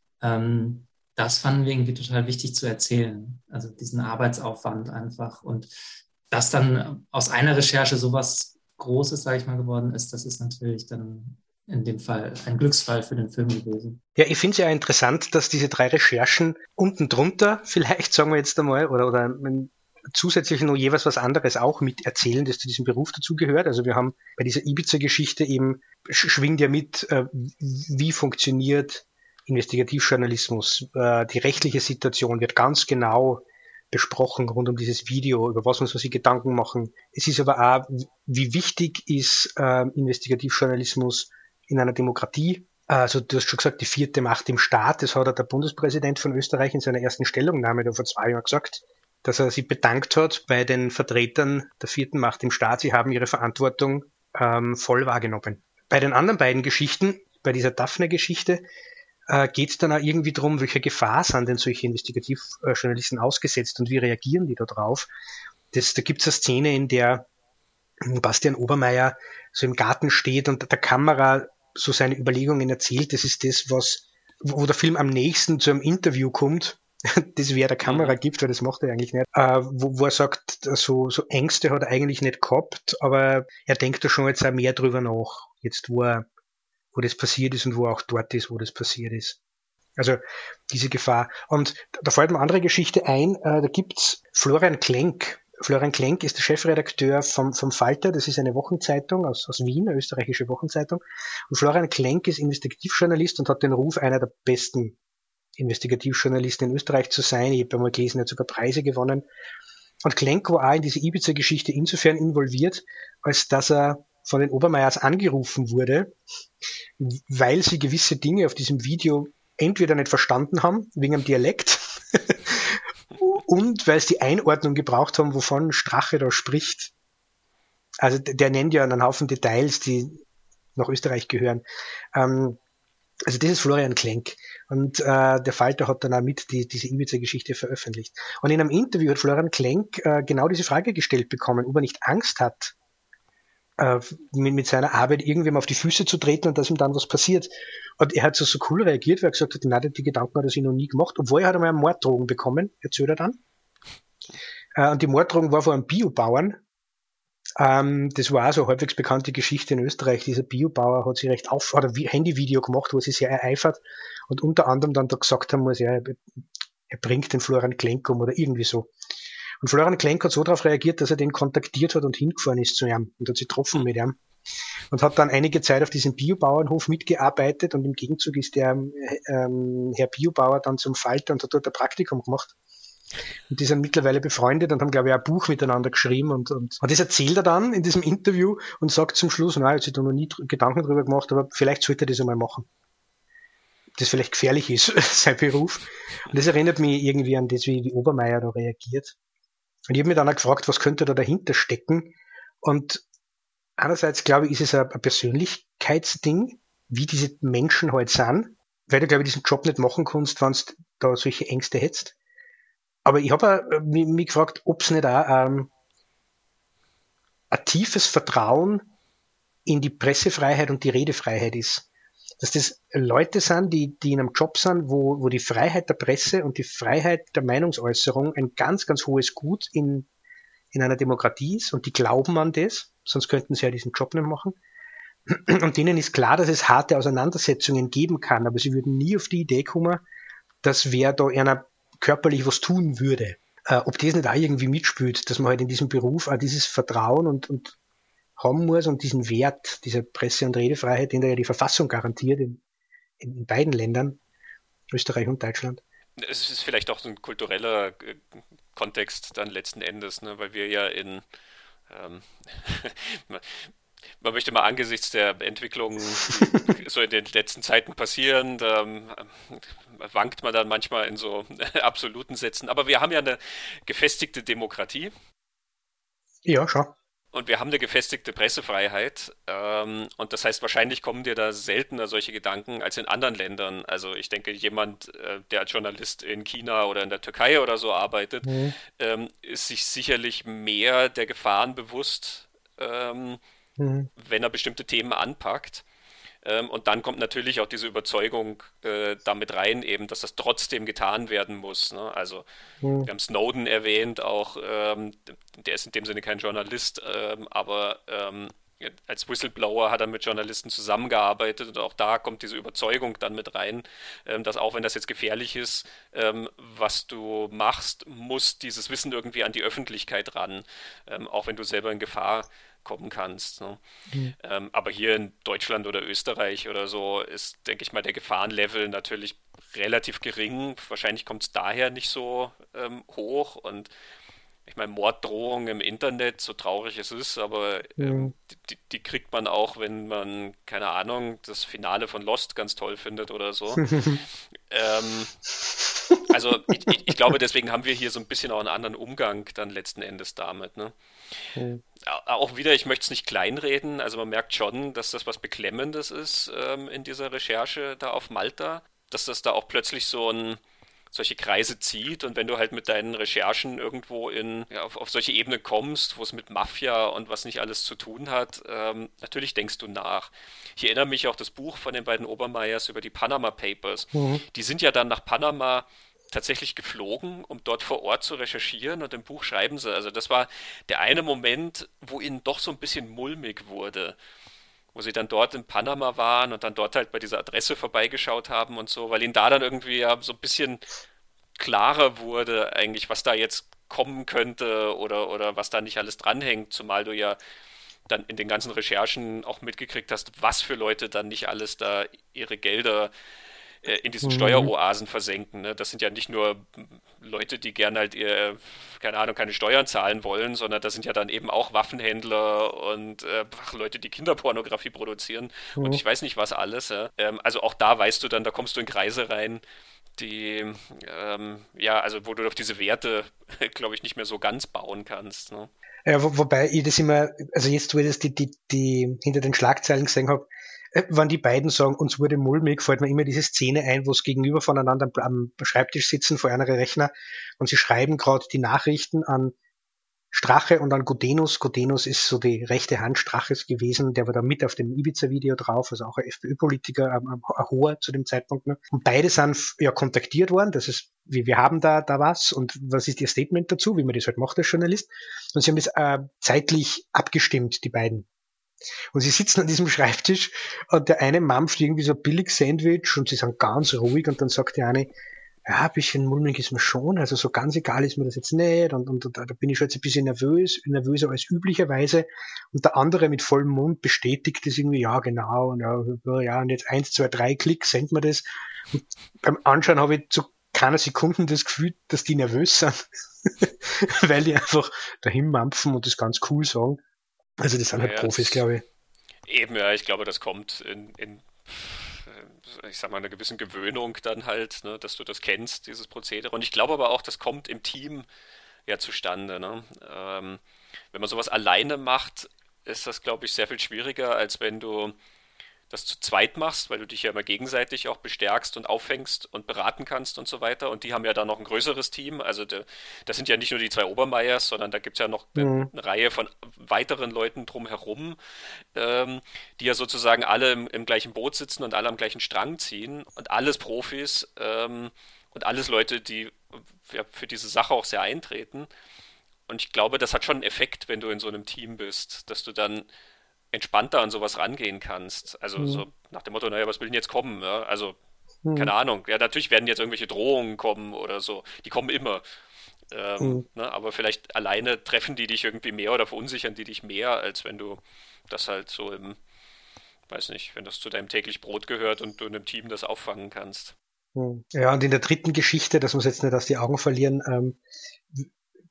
ähm, das fanden wir irgendwie total wichtig zu erzählen. Also diesen Arbeitsaufwand einfach. Und dass dann aus einer Recherche sowas Großes, sage ich mal, geworden ist, das ist natürlich dann in dem Fall ein Glücksfall für den Film gewesen. Ja, ich finde es ja interessant, dass diese drei Recherchen unten drunter, vielleicht sagen wir jetzt einmal, oder, oder zusätzlich noch jeweils was anderes auch mit erzählen, das zu diesem Beruf dazugehört. Also wir haben bei dieser Ibiza-Geschichte eben, schwingt ja mit, äh, wie funktioniert Investigativjournalismus. Äh, die rechtliche Situation wird ganz genau besprochen rund um dieses Video, über was muss man sich Gedanken machen. Es ist aber auch, wie wichtig ist äh, Investigativjournalismus in einer Demokratie. Also du hast schon gesagt, die vierte Macht im Staat, das hat der Bundespräsident von Österreich in seiner ersten Stellungnahme da vor zwei Jahren gesagt, dass er sich bedankt hat bei den Vertretern der vierten Macht im Staat. Sie haben ihre Verantwortung ähm, voll wahrgenommen. Bei den anderen beiden Geschichten, bei dieser Daphne-Geschichte, äh, geht es dann auch irgendwie darum, welche Gefahr sind denn solche Investigativjournalisten ausgesetzt und wie reagieren die da drauf. Das, da gibt es eine Szene, in der Bastian Obermeier so im Garten steht und der Kamera so seine Überlegungen erzählt. Das ist das, was, wo der Film am nächsten zu einem Interview kommt, das wer der Kamera mhm. gibt, weil das macht er eigentlich nicht, äh, wo, wo er sagt, so, so Ängste hat er eigentlich nicht gehabt, aber er denkt da schon jetzt auch mehr drüber nach, jetzt wo er, wo das passiert ist und wo er auch dort ist, wo das passiert ist. Also diese Gefahr. Und da fällt mir eine andere Geschichte ein, äh, da gibt's Florian Klenk. Florian Klenk ist der Chefredakteur vom, vom Falter, das ist eine Wochenzeitung aus, aus Wien, eine österreichische Wochenzeitung. Und Florian Klenk ist Investigativjournalist und hat den Ruf, einer der besten Investigativjournalisten in Österreich zu sein. Ich habe einmal gelesen, er hat sogar Preise gewonnen. Und Klenk war auch in diese Ibiza-Geschichte insofern involviert, als dass er von den Obermeiers angerufen wurde, weil sie gewisse Dinge auf diesem Video entweder nicht verstanden haben, wegen dem Dialekt, und weil sie die Einordnung gebraucht haben, wovon Strache da spricht. Also der nennt ja einen Haufen Details, die nach Österreich gehören. Ähm, also das ist Florian Klenk. Und äh, der Falter hat dann auch mit die, diese Ibiza-Geschichte veröffentlicht. Und in einem Interview hat Florian Klenk äh, genau diese Frage gestellt bekommen, ob er nicht Angst hat, äh, mit, mit seiner Arbeit irgendwem auf die Füße zu treten und dass ihm dann was passiert. Und er hat so, so cool reagiert, weil er gesagt hat, nein, die Gedanken hat er sich noch nie gemacht, obwohl er hat einmal eine Morddrohung bekommen, erzählt er dann. Äh, und die Morddrohung war von einem Biobauern. Ähm, das war auch so eine halbwegs bekannte Geschichte in Österreich. Dieser Biobauer hat sich recht auf, hat ein Handyvideo gemacht, wo er sich sehr ereifert und unter anderem dann da gesagt haben muss, ja, er, er bringt den Florian Klenk um oder irgendwie so. Und Florian Klenk hat so darauf reagiert, dass er den kontaktiert hat und hingefahren ist zu ihm und hat sich getroffen mit ihm und hat dann einige Zeit auf diesem Biobauernhof mitgearbeitet und im Gegenzug ist der ähm, Herr Biobauer dann zum Falter und hat dort ein Praktikum gemacht. Und die sind mittlerweile befreundet und haben, glaube ich, ein Buch miteinander geschrieben und, und, und das erzählt er dann in diesem Interview und sagt zum Schluss, na, jetzt hat er noch nie Gedanken drüber gemacht, aber vielleicht sollte er das einmal machen. Das vielleicht gefährlich ist, sein Beruf. Und das erinnert mich irgendwie an das, wie, wie Obermeier da reagiert. Und ich habe mich dann auch gefragt, was könnte da dahinter stecken? Und einerseits, glaube ich, ist es ein, ein Persönlichkeitsding, wie diese Menschen halt sind, weil du, glaube ich, diesen Job nicht machen kannst, wenn du da solche Ängste hättest. Aber ich habe mich, mich gefragt, ob es nicht auch ähm, ein tiefes Vertrauen in die Pressefreiheit und die Redefreiheit ist. Dass das Leute sind, die, die in einem Job sind, wo, wo die Freiheit der Presse und die Freiheit der Meinungsäußerung ein ganz, ganz hohes Gut in, in einer Demokratie ist und die glauben an das, sonst könnten sie ja diesen Job nicht machen. Und denen ist klar, dass es harte Auseinandersetzungen geben kann, aber sie würden nie auf die Idee kommen, dass wer da einer körperlich was tun würde. Äh, ob das nicht auch irgendwie mitspielt, dass man halt in diesem Beruf auch dieses Vertrauen und, und haben muss und diesen Wert dieser Presse- und Redefreiheit, den da ja die Verfassung garantiert in, in beiden Ländern, Österreich und Deutschland. Es ist vielleicht auch so ein kultureller äh, Kontext dann letzten Endes, ne, weil wir ja in ähm, Man möchte mal angesichts der Entwicklungen, die so in den letzten Zeiten passieren, da ähm, wankt man dann manchmal in so absoluten Sätzen. Aber wir haben ja eine gefestigte Demokratie. Ja, schon. Und wir haben eine gefestigte Pressefreiheit. Ähm, und das heißt, wahrscheinlich kommen dir da seltener solche Gedanken als in anderen Ländern. Also ich denke, jemand, äh, der als Journalist in China oder in der Türkei oder so arbeitet, Mhm. ähm, ist sich sicherlich mehr der Gefahren bewusst, ähm, Mhm. wenn er bestimmte Themen anpackt. Ähm, und dann kommt natürlich auch diese Überzeugung äh, damit rein, eben, dass das trotzdem getan werden muss. Ne? Also Mhm. wir haben Snowden erwähnt, auch ähm, der ist in dem Sinne kein Journalist, ähm, aber ähm, als Whistleblower hat er mit Journalisten zusammengearbeitet und auch da kommt diese Überzeugung dann mit rein, ähm, dass auch wenn das jetzt gefährlich ist, ähm, was du machst, muss dieses Wissen irgendwie an die Öffentlichkeit ran, ähm, auch wenn du selber in Gefahr kommen kannst. Ne? Mhm. Ähm, aber hier in Deutschland oder Österreich oder so ist, denke ich mal, der Gefahrenlevel natürlich relativ gering. Wahrscheinlich kommt es daher nicht so ähm, hoch. Und ich meine, Morddrohungen im Internet, so traurig es ist, aber ähm, Mhm. die, die kriegt man auch, wenn man, keine Ahnung, das Finale von Lost ganz toll findet oder so. Ähm, also ich, ich, ich glaube, deswegen haben wir hier so ein bisschen auch einen anderen Umgang dann letzten Endes damit. Ne? Mhm. Auch wieder, ich möchte es nicht kleinreden, also man merkt schon, dass das was Beklemmendes ist ähm, in dieser Recherche da auf Malta, dass das da auch plötzlich so ein, solche Kreise zieht und wenn du halt mit deinen Recherchen irgendwo in, ja, auf, auf solche Ebenen kommst, wo es mit Mafia und was nicht alles zu tun hat, ähm, natürlich denkst du nach. Ich erinnere mich auch das Buch von den beiden Obermeyers über die Panama Papers. Mhm. Die sind ja dann nach Panama tatsächlich geflogen, um dort vor Ort zu recherchieren und im Buch schreiben sie, also das war der eine Moment, wo ihnen doch so ein bisschen mulmig wurde, wo sie dann dort in Panama waren und dann dort halt bei dieser Adresse vorbeigeschaut haben und so, weil ihnen da dann irgendwie ja so ein bisschen klarer wurde eigentlich, was da jetzt kommen könnte oder, oder was da nicht alles dranhängt, zumal du ja dann in den ganzen Recherchen auch mitgekriegt hast, was für Leute dann nicht alles da ihre Gelder äh, in diesen Mhm. Steueroasen versenken. Ne? Das sind ja nicht nur Leute, die gerne halt ihr, keine Ahnung, keine Steuern zahlen wollen, sondern das sind ja dann eben auch Waffenhändler und äh, ach, Leute, die Kinderpornografie produzieren und Mhm. ich weiß nicht was alles. Ja? Ähm, also auch da weißt du dann, da kommst du in Kreise rein, die, ähm, ja, also wo du auf diese Werte, glaube ich, nicht mehr so ganz bauen kannst. Ne? Ja, wo, wobei ich das immer, also jetzt, wo ich das die, die, die hinter den Schlagzeilen gesehen habe, äh, wenn die beiden sagen, uns wurde mulmig, fällt mir immer diese Szene ein, wo es gegenüber voneinander am, am Schreibtisch sitzen vor einer Rechner und sie schreiben gerade die Nachrichten an Strache und an Gudenus. Gudenus ist so die rechte Hand Straches gewesen, der war da mit auf dem Ibiza-Video drauf, also auch ein FPÖ-Politiker, ähm, ein hoher zu dem Zeitpunkt. Ne? Und beide sind ja kontaktiert worden, das ist, wir, wir haben da, da was und was ist Ihr Statement dazu, wie man das halt macht als Journalist. Und sie haben das äh, zeitlich abgestimmt, die beiden. Und sie sitzen an diesem Schreibtisch und der eine mampft irgendwie so ein billig Sandwich und sie sind ganz ruhig und dann sagt der eine, ja, ein bisschen mulmig ist mir schon, also so ganz egal ist mir das jetzt nicht und, und, und da bin ich schon jetzt ein bisschen nervös, nervöser als üblicherweise und der andere mit vollem Mund bestätigt das irgendwie, ja genau und ja, ja und jetzt eins, zwei, drei Klick, sendet man das und beim Anschauen habe ich zu keiner Sekunde das Gefühl, dass die nervös sind, weil die einfach dahin mampfen und das ganz cool sagen. Also das sind halt Naja, Profis, das, glaube ich. eben, ja, ich glaube, das kommt in, in ich sag mal, einer gewissen Gewöhnung dann halt, ne, dass du das kennst, dieses Prozedere. Und ich glaube aber auch, das kommt im Team ja zustande. Ne? Ähm, wenn man sowas alleine macht, ist das, glaube ich, sehr viel schwieriger, als wenn du das zu zweit machst, weil du dich ja immer gegenseitig auch bestärkst und auffängst und beraten kannst und so weiter. Und die haben ja da noch ein größeres Team. Also de, das sind ja nicht nur die zwei Obermeyers, sondern da gibt es ja noch eine, Mhm. eine Reihe von weiteren Leuten drumherum, ähm, die ja sozusagen alle im, im gleichen Boot sitzen und alle am gleichen Strang ziehen und alles Profis ähm, und alles Leute, die ja, für diese Sache auch sehr eintreten. Und ich glaube, das hat schon einen Effekt, wenn du in so einem Team bist, dass du dann entspannter an sowas rangehen kannst. Also Mhm. so nach dem Motto, naja, was will denn jetzt kommen? Ja? Also, keine Mhm. Ahnung. Ja, natürlich werden jetzt irgendwelche Drohungen kommen oder so. Die kommen immer. Ähm, Mhm. ne? Aber vielleicht alleine treffen die dich irgendwie mehr oder verunsichern die dich mehr, als wenn du das halt so im, weiß nicht, wenn das zu deinem täglich Brot gehört und du in einem Team das auffangen kannst. Mhm. Ja, und in der dritten Geschichte, das muss jetzt nicht aus die Augen verlieren, ähm,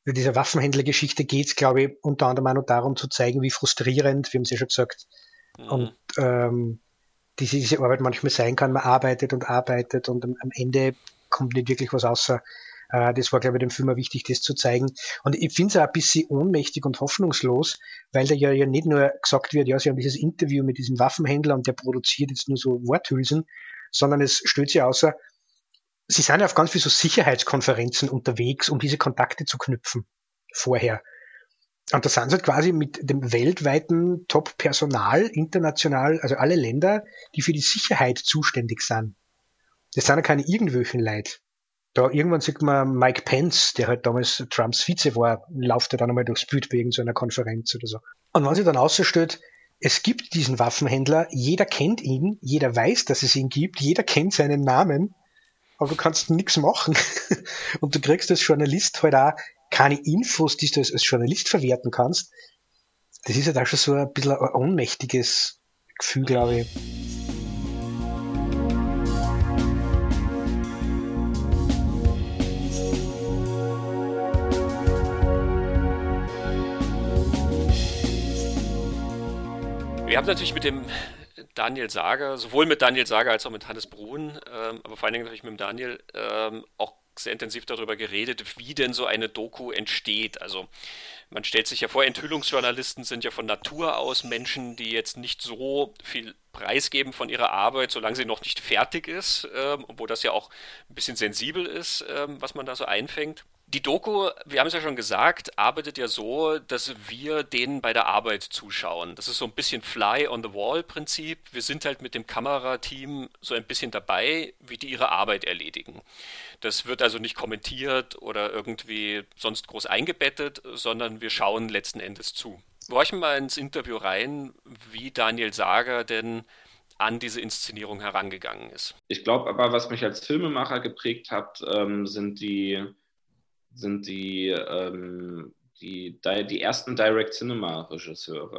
Bei dieser Waffenhändlergeschichte geht es, glaube ich, unter anderem auch noch darum zu zeigen, wie frustrierend, wir haben es ja schon gesagt, mhm. und ähm, diese, diese Arbeit manchmal sein kann. Man arbeitet und arbeitet und am, am Ende kommt nicht wirklich was außer. Äh, das war, glaube ich, dem Film auch wichtig, das zu zeigen. Und ich finde es auch ein bisschen ohnmächtig und hoffnungslos, weil da ja, ja nicht nur gesagt wird, ja, sie haben dieses Interview mit diesem Waffenhändler und der produziert jetzt nur so Worthülsen, sondern es stellt sich außer, sie sind ja auf ganz viele so Sicherheitskonferenzen unterwegs, um diese Kontakte zu knüpfen vorher. Und da sind sie halt quasi mit dem weltweiten Top-Personal international, also alle Länder, die für die Sicherheit zuständig sind. Das sind ja keine irgendwelchen Leute. Da irgendwann sieht man Mike Pence, der halt damals Trumps Vize war, läuft er dann einmal durchs Bild wegen so einer Konferenz oder so. Und wenn sich dann ausstellt, es gibt diesen Waffenhändler, jeder kennt ihn, jeder weiß, dass es ihn gibt, jeder kennt seinen Namen, aber du kannst nichts machen. Und du kriegst als Journalist halt auch keine Infos, die du als, als Journalist verwerten kannst. Das ist halt auch schon so ein bisschen ein ohnmächtiges Gefühl, glaube ich. Wir haben natürlich mit dem Daniel Sager, sowohl mit Daniel Sager als auch mit Hannes Bruhn, ähm, aber vor allen Dingen natürlich mit dem Daniel, ähm, auch sehr intensiv darüber geredet, wie denn so eine Doku entsteht. Also man stellt sich ja vor, Enthüllungsjournalisten sind ja von Natur aus Menschen, die jetzt nicht so viel preisgeben von ihrer Arbeit, solange sie noch nicht fertig ist, ähm, obwohl das ja auch ein bisschen sensibel ist, ähm, was man da so einfängt. Die Doku, wir haben es ja schon gesagt, arbeitet ja so, dass wir denen bei der Arbeit zuschauen. Das ist so ein bisschen Fly-on-the-Wall-Prinzip. Wir sind halt mit dem Kamerateam so ein bisschen dabei, wie die ihre Arbeit erledigen. Das wird also nicht kommentiert oder irgendwie sonst groß eingebettet, sondern wir schauen letzten Endes zu. Wir horchen mal ins Interview rein, wie Daniel Sager denn an diese Inszenierung herangegangen ist. Ich glaube aber, was mich als Filmemacher geprägt hat, ähm, sind die sind die, ähm, die, die ersten Direct-Cinema-Regisseure,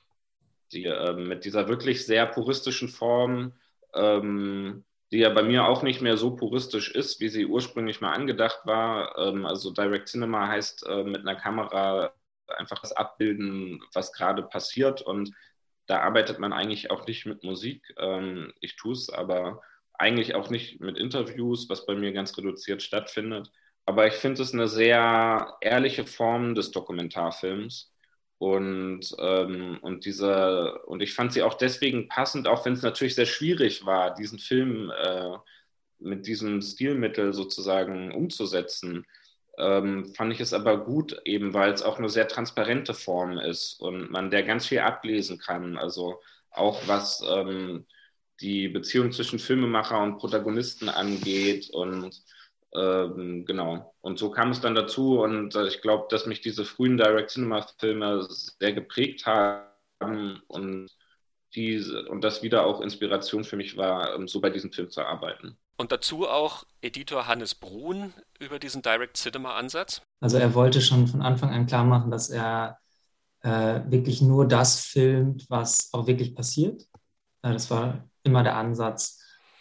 die ähm, mit dieser wirklich sehr puristischen Form, ähm, die ja bei mir auch nicht mehr so puristisch ist, wie sie ursprünglich mal angedacht war. Ähm, also Direct-Cinema heißt äh, mit einer Kamera einfach das abbilden, was gerade passiert, und da arbeitet man eigentlich auch nicht mit Musik. Ähm, ich tue es, aber eigentlich auch nicht mit Interviews, was bei mir ganz reduziert stattfindet. Aber ich finde es eine sehr ehrliche Form des Dokumentarfilms. Und, ähm, und, diese, und ich fand sie auch deswegen passend, auch wenn es natürlich sehr schwierig war, diesen Film äh, mit diesem Stilmittel sozusagen umzusetzen. Ähm, fand ich es aber gut, eben weil es auch eine sehr transparente Form ist und man der ganz viel ablesen kann. Also auch was ähm, die Beziehung zwischen Filmemacher und Protagonisten angeht und Ähm, genau. Und so kam es dann dazu, und äh, ich glaube, dass mich diese frühen Direct-Cinema-Filme sehr geprägt haben und, diese, und das wieder auch Inspiration für mich war, ähm, so bei diesem Film zu arbeiten. Und dazu auch Editor Hannes Bruhn über diesen Direct-Cinema-Ansatz? Also er wollte schon von Anfang an klar machen, dass er äh, wirklich nur das filmt, was auch wirklich passiert. Äh, das war immer der Ansatz.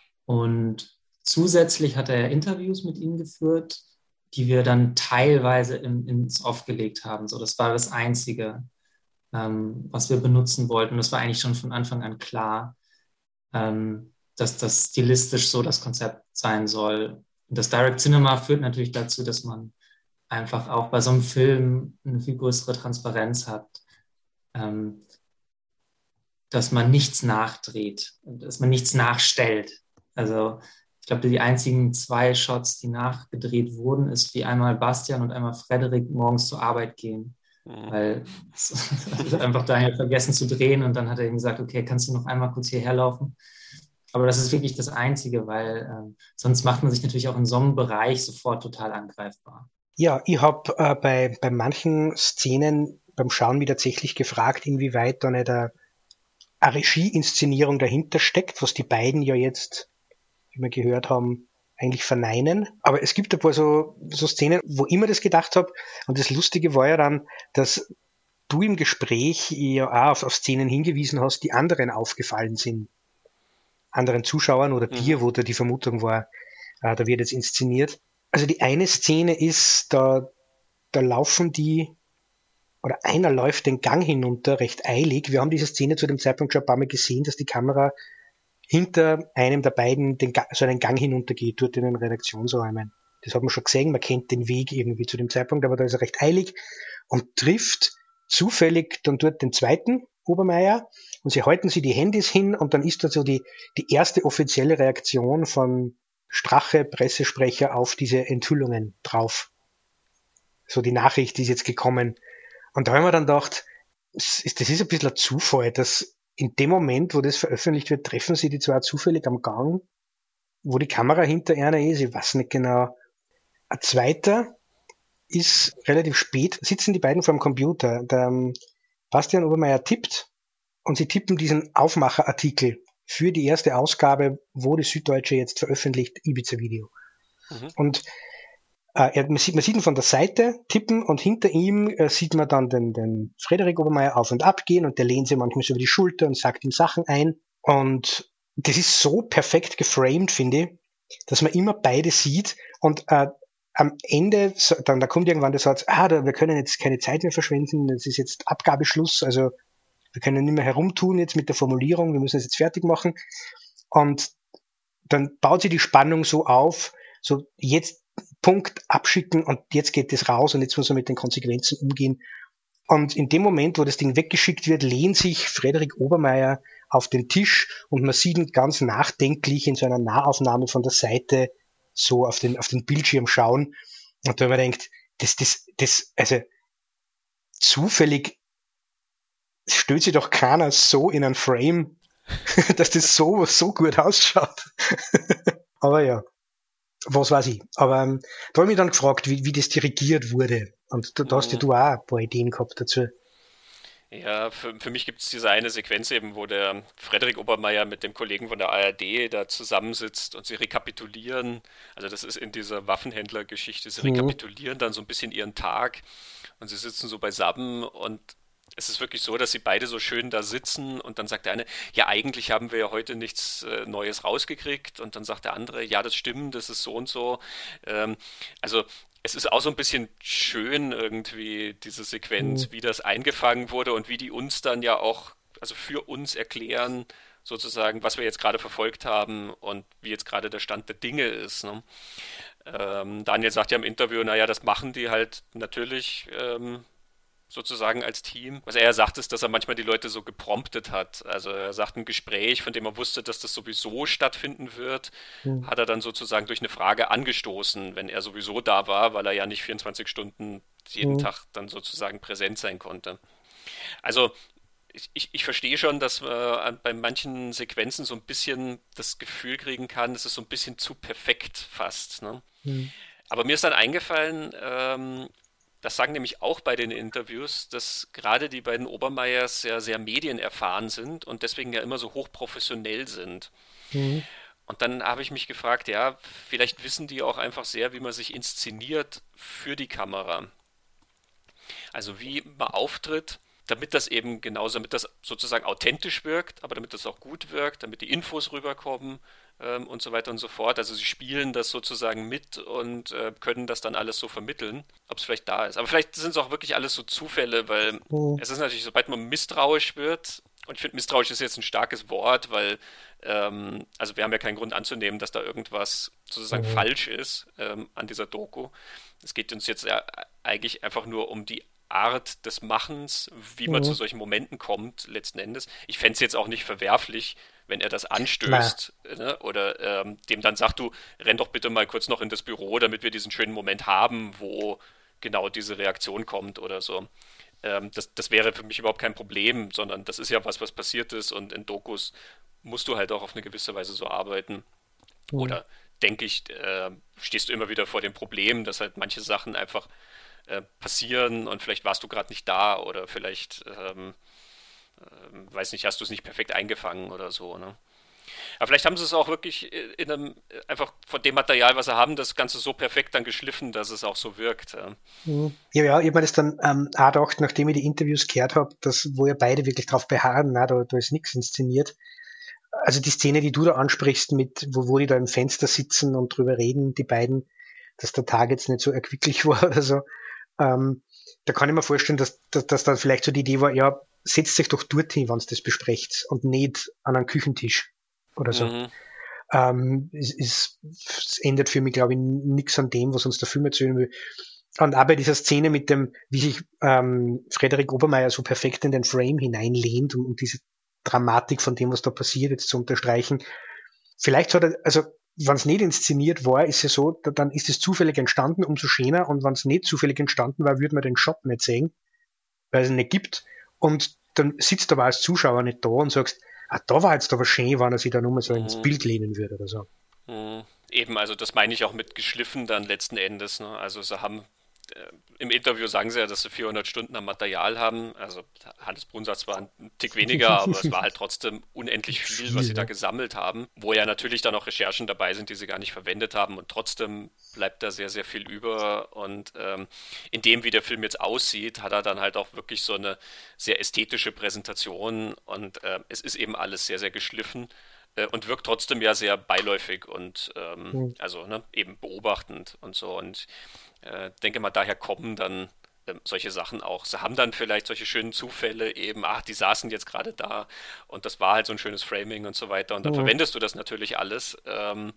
Und zusätzlich hat er Interviews mit ihm geführt, die wir dann teilweise in, ins Off gelegt haben. So, das war das Einzige, ähm, was wir benutzen wollten. Das war eigentlich schon von Anfang an klar, ähm, dass das stilistisch so das Konzept sein soll. Und das Direct Cinema führt natürlich dazu, dass man einfach auch bei so einem Film eine viel größere Transparenz hat, ähm, dass man nichts nachdreht, dass man nichts nachstellt. Also ich glaube, die einzigen zwei Shots, die nachgedreht wurden, ist, wie einmal Bastian und einmal Frederik morgens zur Arbeit gehen. Mhm. Weil es einfach Daniel vergessen zu drehen, und dann hat er ihm gesagt, okay, kannst du noch einmal kurz hierher laufen? Aber das ist wirklich das Einzige, weil äh, sonst macht man sich natürlich auch in so einem Bereich sofort total angreifbar. Ja, ich habe äh, bei, bei manchen Szenen beim Schauen mich tatsächlich gefragt, inwieweit da nicht eine, eine Regie-Inszenierung dahinter steckt, was die beiden ja jetzt, wie wir gehört haben, eigentlich verneinen. Aber es gibt ein paar so, so Szenen, wo ich mir das gedacht habe, und das Lustige war ja dann, dass du im Gespräch ja auch auf, auf Szenen hingewiesen hast, die anderen aufgefallen sind. Anderen Zuschauern oder mhm. dir, wo da die Vermutung war, äh, da wird jetzt inszeniert. Also die eine Szene ist, da da laufen die, oder einer läuft den Gang hinunter, recht eilig. Wir haben diese Szene zu dem Zeitpunkt schon ein paar Mal gesehen, dass die Kamera hinter einem der beiden den, so einen Gang hinuntergeht, dort in den Redaktionsräumen. Das hat man schon gesehen, man kennt den Weg irgendwie zu dem Zeitpunkt, aber da ist er recht eilig und trifft zufällig dann dort den zweiten Obermeier und sie halten sie die Handys hin und dann ist da so die, die erste offizielle Reaktion von Strache, Pressesprecher, auf diese Enthüllungen drauf. So die Nachricht, die ist jetzt gekommen. Und da haben wir dann gedacht, das ist, das ist ein bisschen ein Zufall, dass in dem Moment, wo das veröffentlicht wird, treffen sie die zwar zufällig am Gang, wo die Kamera hinter einer ist, ich weiß nicht genau. Ein zweiter ist relativ spät, sitzen die beiden vor dem Computer. Der Bastian Obermeier tippt und sie tippen diesen Aufmacherartikel für die erste Ausgabe, wo die Süddeutsche jetzt veröffentlicht, Ibiza-Video. Mhm. Und äh, man, sieht, man sieht ihn von der Seite tippen und hinter ihm äh, sieht man dann den, den Frederik Obermeier auf und ab gehen und der lehnt sich manchmal so über die Schulter und sagt ihm Sachen ein. Und das ist so perfekt geframed, finde ich, dass man immer beide sieht und äh, am Ende, dann da kommt irgendwann der Satz, ah, da, wir können jetzt keine Zeit mehr verschwenden, es ist jetzt Abgabeschluss, also wir können nicht mehr herumtun jetzt mit der Formulierung, wir müssen es jetzt fertig machen. Und dann baut sich die Spannung so auf, so jetzt Punkt abschicken und jetzt geht das raus und jetzt muss man mit den Konsequenzen umgehen. Und in dem Moment, wo das Ding weggeschickt wird, lehnt sich Frederik Obermeier auf den Tisch und man sieht ihn ganz nachdenklich in so einer Nahaufnahme von der Seite so auf den, auf den Bildschirm schauen. Und da man denkt, das, das, das, also zufällig stellt sich doch keiner so in ein Frame, dass das so, so gut ausschaut. Aber ja, was weiß ich. Aber ähm, da habe ich mich dann gefragt, wie, wie das dirigiert wurde. Und da, da hast ja du auch ein paar Ideen gehabt dazu. Ja, für, für mich gibt es diese eine Sequenz eben, wo der Frederik Obermeier mit dem Kollegen von der A R D da zusammensitzt und sie rekapitulieren, also das ist in dieser Waffenhändler-Geschichte, sie Mhm. rekapitulieren dann so ein bisschen ihren Tag und sie sitzen so beisammen und es ist wirklich so, dass sie beide so schön da sitzen und dann sagt der eine, ja eigentlich haben wir ja heute nichts äh, Neues rausgekriegt und dann sagt der andere, ja das stimmt, das ist so und so. Ähm, also es ist auch so ein bisschen schön irgendwie, diese Sequenz, Mhm. wie das eingefangen wurde und wie die uns dann ja auch, also für uns erklären, sozusagen, was wir jetzt gerade verfolgt haben und wie jetzt gerade der Stand der Dinge ist. Ne? Ähm, Daniel sagt ja im Interview, naja, das machen die halt natürlich ähm, sozusagen als Team. Was er ja sagt, ist, dass er manchmal die Leute so gepromptet hat. Also er sagt, ein Gespräch, von dem er wusste, dass das sowieso stattfinden wird, Mhm. hat er dann sozusagen durch eine Frage angestoßen, wenn er sowieso da war, weil er ja nicht vierundzwanzig Stunden jeden Mhm. Tag dann sozusagen präsent sein konnte. Also ich, ich, ich verstehe schon, dass man bei manchen Sequenzen so ein bisschen das Gefühl kriegen kann, es ist so ein bisschen zu perfekt fast. Ne? Mhm. Aber mir ist dann eingefallen, ähm, das sagen nämlich auch bei den Interviews, dass gerade die beiden Obermeiers ja sehr medienerfahren sind und deswegen ja immer so hochprofessionell sind. Mhm. Und dann habe ich mich gefragt, ja, vielleicht wissen die auch einfach sehr, wie man sich inszeniert für die Kamera. Also wie man auftritt, damit das eben genauso, damit das sozusagen authentisch wirkt, aber damit das auch gut wirkt, damit die Infos rüberkommen ähm, und so weiter und so fort. Also sie spielen das sozusagen mit und äh, können das dann alles so vermitteln, ob es vielleicht da ist. Aber vielleicht sind es auch wirklich alles so Zufälle, weil Mhm. es ist natürlich, sobald man misstrauisch wird, und ich finde, misstrauisch ist jetzt ein starkes Wort, weil, ähm, also wir haben ja keinen Grund anzunehmen, dass da irgendwas sozusagen Mhm. falsch ist ähm, an dieser Doku. Es geht uns jetzt ja eigentlich einfach nur um die Art des Machens, wie man zu Mhm. solchen Momenten kommt, letzten Endes. Ich fände es jetzt auch nicht verwerflich, wenn er das Na, anstößt, ne? Oder ähm, dem dann sagt, du, renn doch bitte mal kurz noch in das Büro, damit wir diesen schönen Moment haben, wo genau diese Reaktion kommt oder so. Ähm, das, das wäre für mich überhaupt kein Problem, sondern das ist ja was, was passiert ist und in Dokus musst du halt auch auf eine gewisse Weise so arbeiten. Mhm. Oder denke ich, äh, stehst du immer wieder vor dem Problem, dass halt manche Sachen einfach äh, passieren und vielleicht warst du gerade nicht da oder vielleicht, ähm, ähm, weiß nicht, hast du es nicht perfekt eingefangen oder so, ne? Aber vielleicht haben sie es auch wirklich in einem, einfach von dem Material, was sie haben, das Ganze so perfekt dann geschliffen, dass es auch so wirkt. Ja. Mhm. Ja, ja, ich habe mir das dann ähm, auch gedacht, nachdem ich die Interviews gehört habe, dass, wo ja beide wirklich drauf beharren, na, da, da ist nichts inszeniert. Also die Szene, die du da ansprichst, mit, wo, wo die da im Fenster sitzen und drüber reden, die beiden, dass der Tag jetzt nicht so erquicklich war oder so, Ähm, da kann ich mir vorstellen, dass, dass, dass dann vielleicht so die Idee war, ja, setzt euch doch dort hin, wenn ihr das besprecht und nicht an einen Küchentisch oder so. Mhm. Ähm, es, es, es ändert für mich, glaube ich, nichts an dem, was uns der Film erzählen will. Und auch bei dieser Szene mit dem, wie sich ähm, Frederik Obermeier so perfekt in den Frame hineinlehnt, um, um diese Dramatik von dem, was da passiert, jetzt zu unterstreichen. Vielleicht hat er, also wenn es nicht inszeniert war, ist es so, da, dann ist es zufällig entstanden, umso schöner. Und wenn es nicht zufällig entstanden war, würde man den Shot nicht sehen, weil es ihn nicht gibt. Und dann sitzt du aber als Zuschauer nicht da und sagst, ah, da war jetzt aber schön, wenn er sich dann nur so ins Mhm. Bild lehnen würde oder so. Mhm. Eben, also das meine ich auch mit geschliffen dann letzten Endes. Ne? Also sie haben, äh, im Interview sagen sie ja, dass sie vierhundert Stunden am Material haben. Also Hannes Brunn sagt zwar ein Tick weniger, aber es war halt trotzdem unendlich viel, Viel, was sie da ja. gesammelt haben. Wo ja natürlich dann auch Recherchen dabei sind, die sie gar nicht verwendet haben. Und trotzdem bleibt da sehr, sehr viel über. Und ähm, in dem, wie der Film jetzt aussieht, hat er dann halt auch wirklich so eine sehr ästhetische Präsentation. Und äh, es ist eben alles sehr, sehr geschliffen. Äh, Und wirkt trotzdem ja sehr beiläufig und ähm, Hm. also ne, eben beobachtend und so. Und äh, denke mal, daher kommen dann ähm, solche Sachen auch. Sie haben dann vielleicht solche schönen Zufälle eben, ach, die saßen jetzt gerade da und das war halt so ein schönes Framing und so weiter. Und dann Hm. verwendest du das natürlich alles. Ähm,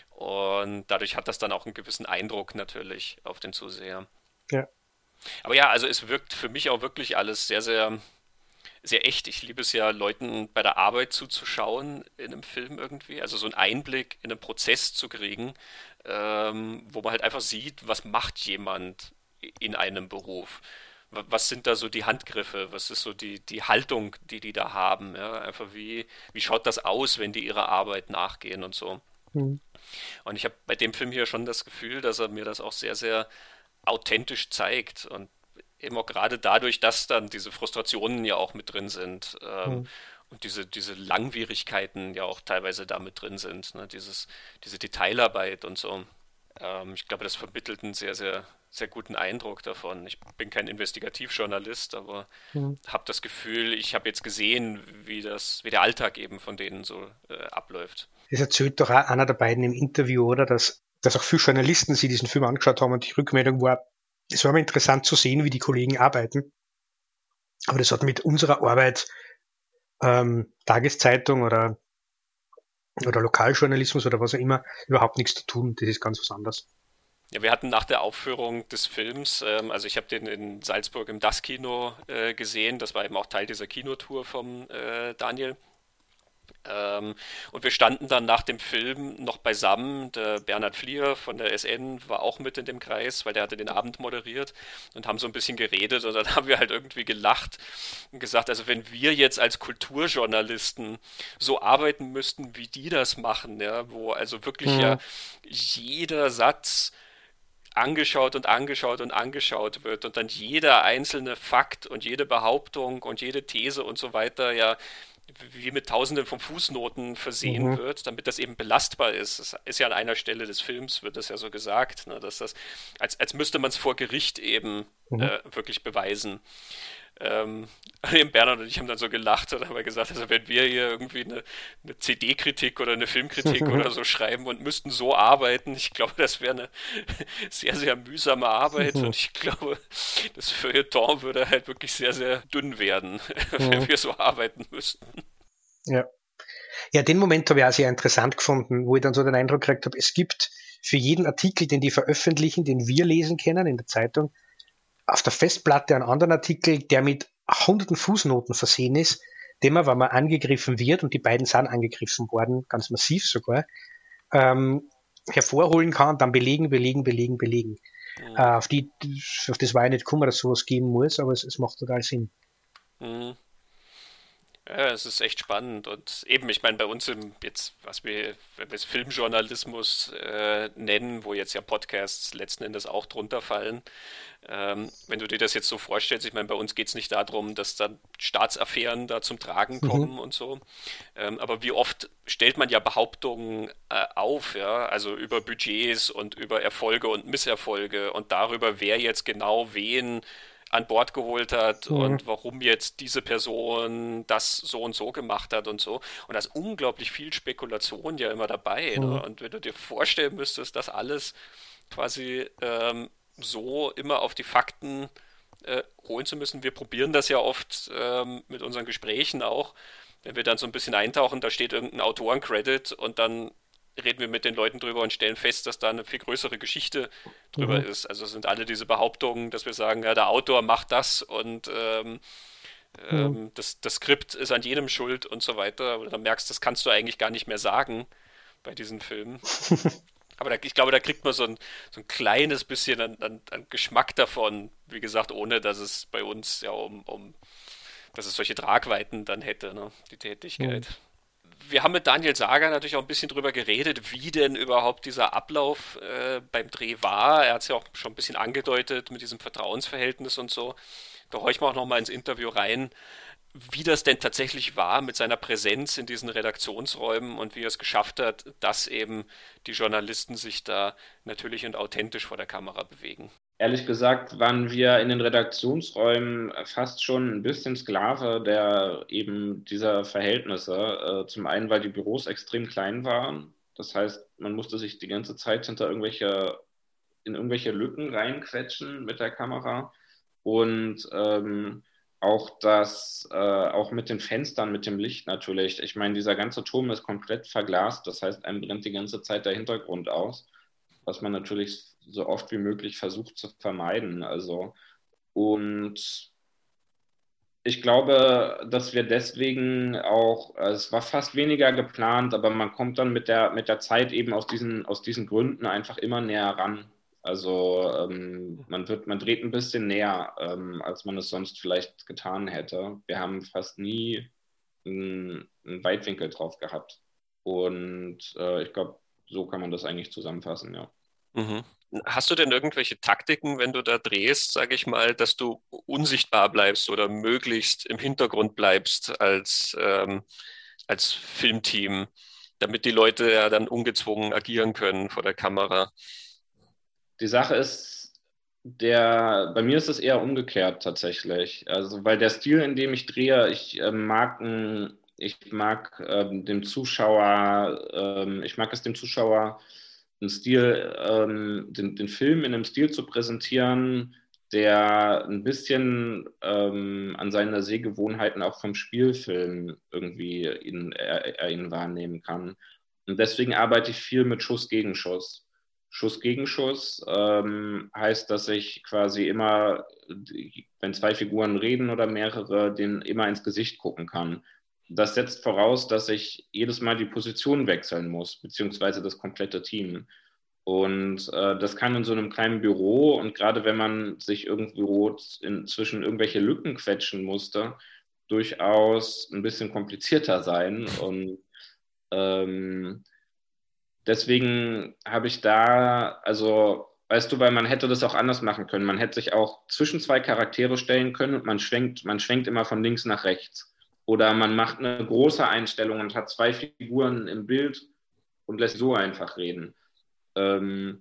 und dadurch hat das dann auch einen gewissen Eindruck natürlich auf den Zuseher. Ja. Aber ja, also es wirkt für mich auch wirklich alles sehr, sehr sehr echt. Ich liebe es ja, Leuten bei der Arbeit zuzuschauen in einem Film irgendwie. Also so einen Einblick in einen Prozess zu kriegen, ähm, wo man halt einfach sieht, was macht jemand in einem Beruf. Wa- Was sind da so die Handgriffe? Was ist so die, die Haltung, die die da haben? Ja, einfach wie, wie schaut das aus, wenn die ihrer Arbeit nachgehen und so. Hm. Und ich habe bei dem Film hier schon das Gefühl, dass er mir das auch sehr, sehr authentisch zeigt und eben auch gerade dadurch, dass dann diese Frustrationen ja auch mit drin sind ähm, Hm. und diese, diese Langwierigkeiten ja auch teilweise da mit drin sind, ne? Dieses, diese Detailarbeit und so. Ähm, ich glaube, das vermittelt einen sehr, sehr, sehr guten Eindruck davon. Ich bin kein Investigativjournalist, aber Hm. habe das Gefühl, ich habe jetzt gesehen, wie das, wie der Alltag eben von denen so äh, abläuft. Das erzählt doch auch einer der beiden im Interview, oder? Dass, dass auch viele Journalisten sich diesen Film angeschaut haben und die Rückmeldung war, es war mal interessant zu sehen, wie die Kollegen arbeiten. Aber das hat mit unserer Arbeit, ähm, Tageszeitung oder, oder Lokaljournalismus oder was auch immer, überhaupt nichts zu tun. Das ist ganz was anderes. Ja, wir hatten nach der Aufführung des Films, ähm, also ich habe den in Salzburg im Das-Kino äh, gesehen, das war eben auch Teil dieser Kinotour vom äh, Daniel. Ähm, und wir standen dann nach dem Film noch beisammen. Der Bernhard Flier von der S N war auch mit in dem Kreis, weil der hatte den Abend moderiert und haben so ein bisschen geredet und dann haben wir halt irgendwie gelacht und gesagt, also wenn wir jetzt als Kulturjournalisten so arbeiten müssten, wie die das machen, ja, wo also wirklich ja Hm. jeder Satz angeschaut und angeschaut und angeschaut wird und dann jeder einzelne Fakt und jede Behauptung und jede These und so weiter ja wie mit Tausenden von Fußnoten versehen Mhm. wird, damit das eben belastbar ist. Das ist ja an einer Stelle des Films, wird das ja so gesagt, ne, dass das, als, als müsste man es vor Gericht eben Mhm. äh, wirklich beweisen. Ähm, eben Bernhard und ich haben dann so gelacht und haben wir gesagt, also wenn wir hier irgendwie eine, eine C D-Kritik oder eine Filmkritik oder so schreiben und müssten so arbeiten, ich glaube, das wäre eine sehr, sehr mühsame Arbeit Mhm. und ich glaube, das Feuilleton würde halt wirklich sehr, sehr dünn werden, wenn Mhm. wir so arbeiten müssten. Ja. Ja, den Moment habe ich auch sehr interessant gefunden, wo ich dann so den Eindruck gekriegt habe, es gibt für jeden Artikel, den die veröffentlichen, den wir lesen können in der Zeitung, auf der Festplatte einen anderen Artikel, der mit hunderten Fußnoten versehen ist, den man, wenn man angegriffen wird, und die beiden sind angegriffen worden, ganz massiv sogar, ähm, hervorholen kann, dann belegen, belegen, belegen, belegen. Äh, Mhm. auf, die, auf das war ich nicht gekommen, dass sowas geben muss, aber es, es macht total Sinn. Mhm. Ja, es ist echt spannend und eben, ich meine, bei uns im jetzt, was wir, wenn wir es Filmjournalismus äh, nennen, wo jetzt ja Podcasts letzten Endes auch drunter fallen, ähm, wenn du dir das jetzt so vorstellst, ich meine, bei uns geht es nicht darum, dass dann Staatsaffären da zum Tragen Mhm. kommen und so, ähm, aber wie oft stellt man ja Behauptungen äh, auf, ja, also über Budgets und über Erfolge und Misserfolge und darüber, wer jetzt genau wen an Bord geholt hat Mhm. und warum jetzt diese Person das so und so gemacht hat und so. Und da ist unglaublich viel Spekulation ja immer dabei. Mhm. Ne? Und wenn du dir vorstellen müsstest, das alles quasi ähm, so immer auf die Fakten äh, holen zu müssen. Wir probieren das ja oft ähm, mit unseren Gesprächen auch, wenn wir dann so ein bisschen eintauchen, da steht irgendein Autorencredit und dann reden wir mit den Leuten drüber und stellen fest, dass da eine viel größere Geschichte drüber Mhm. ist. Also es sind alle diese Behauptungen, dass wir sagen, ja, der Autor macht das und ähm, Mhm. ähm, das, das Skript ist an jedem schuld und so weiter. Aber dann merkst, das kannst du eigentlich gar nicht mehr sagen bei diesen Filmen. Aber da, ich glaube, da kriegt man so ein, so ein kleines bisschen an, an, an Geschmack davon. Wie gesagt, ohne dass es bei uns ja um, um dass es solche Tragweiten dann hätte, ne, die Mhm. Tätigkeit. Wir haben mit Daniel Sager natürlich auch ein bisschen drüber geredet, wie denn überhaupt dieser Ablauf äh, beim Dreh war. Er hat es ja auch schon ein bisschen angedeutet mit diesem Vertrauensverhältnis und so. Da horchen wir auch noch mal ins Interview rein, wie das denn tatsächlich war mit seiner Präsenz in diesen Redaktionsräumen und wie er es geschafft hat, dass eben die Journalisten sich da natürlich und authentisch vor der Kamera bewegen. Ehrlich gesagt waren wir in den Redaktionsräumen fast schon ein bisschen Sklave der eben dieser Verhältnisse. Äh, Zum einen, weil die Büros extrem klein waren. Das heißt, man musste sich die ganze Zeit hinter irgendwelche, in irgendwelche Lücken reinquetschen mit der Kamera. Und ähm, auch das, äh, auch mit den Fenstern, mit dem Licht natürlich. Ich meine, dieser ganze Turm ist komplett verglast. Das heißt, einem brennt die ganze Zeit der Hintergrund aus, was man natürlich so oft wie möglich versucht zu vermeiden. Also, und ich glaube, dass wir deswegen auch, also es war fast weniger geplant, aber man kommt dann mit der, mit der Zeit eben aus diesen, aus diesen Gründen einfach immer näher ran. Also ähm, man wird, man dreht ein bisschen näher, ähm, als man es sonst vielleicht getan hätte. Wir haben fast nie einen, einen Weitwinkel drauf gehabt. Und äh, ich glaube, so kann man das eigentlich zusammenfassen, ja. Mhm. Hast du denn irgendwelche Taktiken, wenn du da drehst, sage ich mal, dass du unsichtbar bleibst oder möglichst im Hintergrund bleibst als, ähm, als Filmteam, damit die Leute ja dann ungezwungen agieren können vor der Kamera? Die Sache ist, der, bei mir ist es eher umgekehrt tatsächlich. Also, weil der Stil, in dem ich drehe, ich äh, mag, n- ich mag ähm, dem Zuschauer, ähm, ich mag es dem Zuschauer, einen Stil, ähm, den, den Film in einem Stil zu präsentieren, der ein bisschen ähm, an seine Sehgewohnheiten auch vom Spielfilm irgendwie ihn, er, er ihn wahrnehmen kann. Und deswegen arbeite ich viel mit Schuss gegen Schuss. Schuss gegen Schuss ähm, heißt, dass ich quasi immer, wenn zwei Figuren reden oder mehrere, denen immer ins Gesicht gucken kann. Das setzt voraus, dass ich jedes Mal die Position wechseln muss, beziehungsweise das komplette Team. Und äh, das kann in so einem kleinen Büro und gerade wenn man sich irgendwo inzwischen irgendwelche Lücken quetschen musste, durchaus ein bisschen komplizierter sein. Und ähm, deswegen habe ich da, also, weißt du, weil man hätte das auch anders machen können. Man hätte sich auch zwischen zwei Charaktere stellen können und man schwenkt, man schwenkt immer von links nach rechts. Oder man macht eine große Einstellung und hat zwei Figuren im Bild und lässt so einfach reden. Ähm,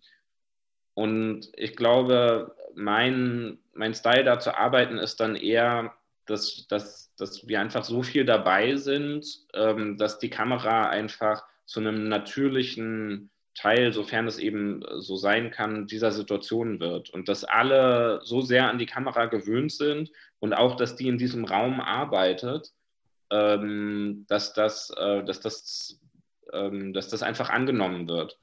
und ich glaube, mein, mein Style da zu arbeiten ist dann eher, dass, dass, dass wir einfach so viel dabei sind, ähm, dass die Kamera einfach zu einem natürlichen Teil, sofern es eben so sein kann, dieser Situation wird. Und dass alle so sehr an die Kamera gewöhnt sind und auch, dass die in diesem Raum arbeitet, ähm, dass das, äh, dass das, ähm, dass das einfach angenommen wird.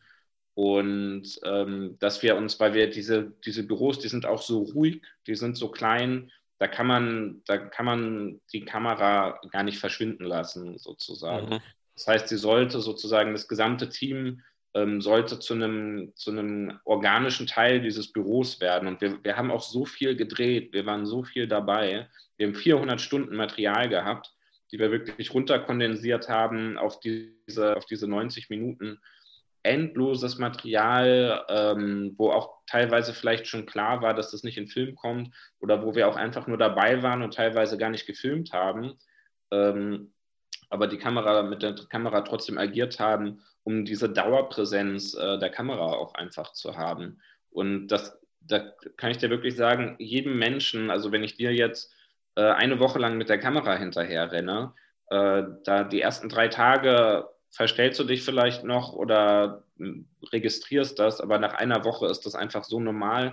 Und ähm, dass wir uns, weil wir diese, diese Büros, die sind auch so ruhig, die sind so klein, da kann man, da kann man die Kamera gar nicht verschwinden lassen, sozusagen. Mhm. Das heißt, sie sollte sozusagen, das gesamte Team ähm, sollte zu einem, zu einem organischen Teil dieses Büros werden. Und wir, wir haben auch so viel gedreht, wir waren so viel dabei. Wir haben vierhundert Stunden Material gehabt, die wir wirklich runterkondensiert haben auf diese, auf diese neunzig Minuten. Endloses Material, ähm, wo auch teilweise vielleicht schon klar war, dass das nicht in Film kommt oder wo wir auch einfach nur dabei waren und teilweise gar nicht gefilmt haben, ähm, aber die Kamera mit der Kamera trotzdem agiert haben, um diese Dauerpräsenz äh, der Kamera auch einfach zu haben. Und das, da kann ich dir wirklich sagen, jedem Menschen, also wenn ich dir jetzt äh, eine Woche lang mit der Kamera hinterher renne, äh, da die ersten drei Tage verstellst du dich vielleicht noch oder registrierst das, aber nach einer Woche ist das einfach so normal,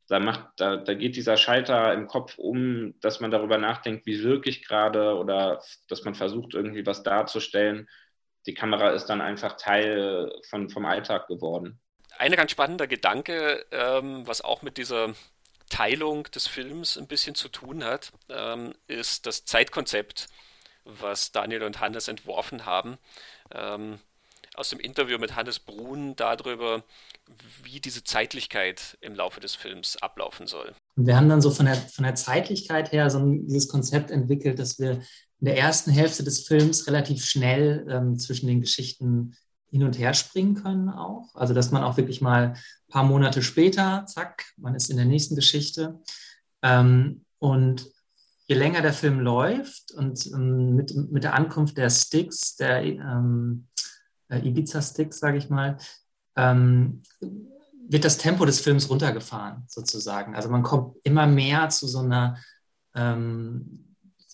da macht, da, da geht dieser Schalter im Kopf um, dass man darüber nachdenkt, wie wirke ich gerade, oder dass man versucht, irgendwie was darzustellen. Die Kamera ist dann einfach Teil von, vom Alltag geworden. Ein ganz spannender Gedanke, ähm, was auch mit dieser Teilung des Films ein bisschen zu tun hat, ähm, ist das Zeitkonzept, was Daniel und Hannes entworfen haben. Ähm, aus dem Interview mit Hannes Brun darüber, wie diese Zeitlichkeit im Laufe des Films ablaufen soll. Wir haben dann so von der, von der Zeitlichkeit her so ein, dieses Konzept entwickelt, dass wir in der ersten Hälfte des Films relativ schnell ähm, zwischen den Geschichten hin und her springen können auch. Also dass man auch wirklich mal ein paar Monate später, zack, man ist in der nächsten Geschichte. Ähm, und je länger der Film läuft und ähm, mit, mit der Ankunft der Sticks, der ähm, Ibiza-Sticks, sage ich mal, ähm, wird das Tempo des Films runtergefahren, sozusagen. Also man kommt immer mehr zu so einer, ähm,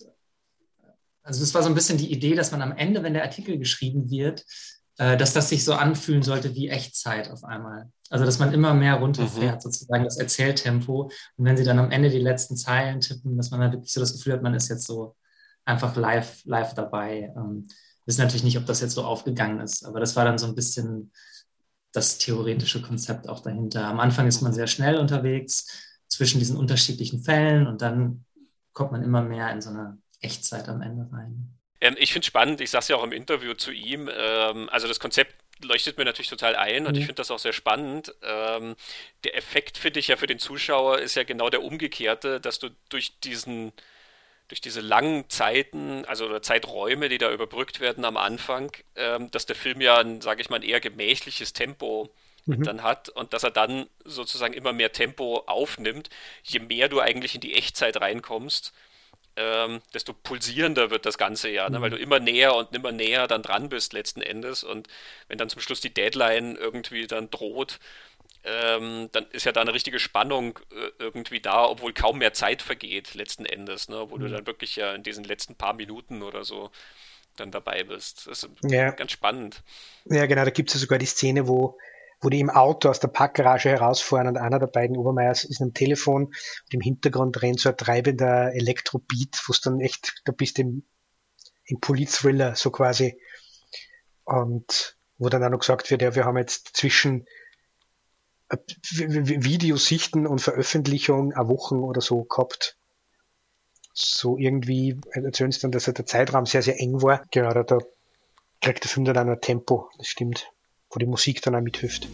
also das war so ein bisschen die Idee, dass man am Ende, wenn der Artikel geschrieben wird, äh, dass das sich so anfühlen sollte wie Echtzeit auf einmal. Also dass man immer mehr runterfährt, mhm. sozusagen das Erzähltempo. Und wenn sie dann am Ende die letzten Zeilen tippen, dass man dann wirklich so das Gefühl hat, man ist jetzt so einfach live, live dabei. Ähm, wissen natürlich nicht, ob das jetzt so aufgegangen ist, aber das war dann so ein bisschen das theoretische Konzept auch dahinter. Am Anfang ist man sehr schnell unterwegs zwischen diesen unterschiedlichen Fällen und dann kommt man immer mehr in so eine Echtzeit am Ende rein. Ähm, ich finde es spannend, ich sage es ja auch im Interview zu ihm, ähm, also das Konzept leuchtet mir natürlich total ein und mhm. ich finde das auch sehr spannend. Ähm, der Effekt, finde ich ja für den Zuschauer, ist ja genau der umgekehrte, dass du durch diesen durch diese langen Zeiten, also oder Zeiträume, die da überbrückt werden am Anfang, ähm, dass der Film ja ein, sage ich mal, ein eher gemächliches Tempo mhm. dann hat und dass er dann sozusagen immer mehr Tempo aufnimmt. Je mehr du eigentlich in die Echtzeit reinkommst, ähm, desto pulsierender wird das Ganze ja, ne? mhm. weil du immer näher und immer näher dann dran bist letzten Endes und wenn dann zum Schluss die Deadline irgendwie dann droht, Ähm, dann ist ja da eine richtige Spannung äh, irgendwie da, obwohl kaum mehr Zeit vergeht letzten Endes, ne? Wo mhm. du dann wirklich ja in diesen letzten paar Minuten oder so dann dabei bist. Das ist ja ganz spannend. Ja, genau, da gibt es ja sogar die Szene, wo, wo die im Auto aus der Parkgarage herausfahren und einer der beiden Obermeiers ist am Telefon und im Hintergrund rennt so ein treibender Elektrobeat, wo es dann echt, da bist du im, im Polit-Thriller so quasi, und wo dann auch noch gesagt wird, ja, wir haben jetzt zwischen Videosichten und Veröffentlichung eine Woche oder so gehabt. So irgendwie erzählen sie dann, dass der Zeitraum sehr, sehr eng war. Genau, da, da kriegt der Film dann auch noch Tempo, das stimmt, wo die Musik dann auch mithilft.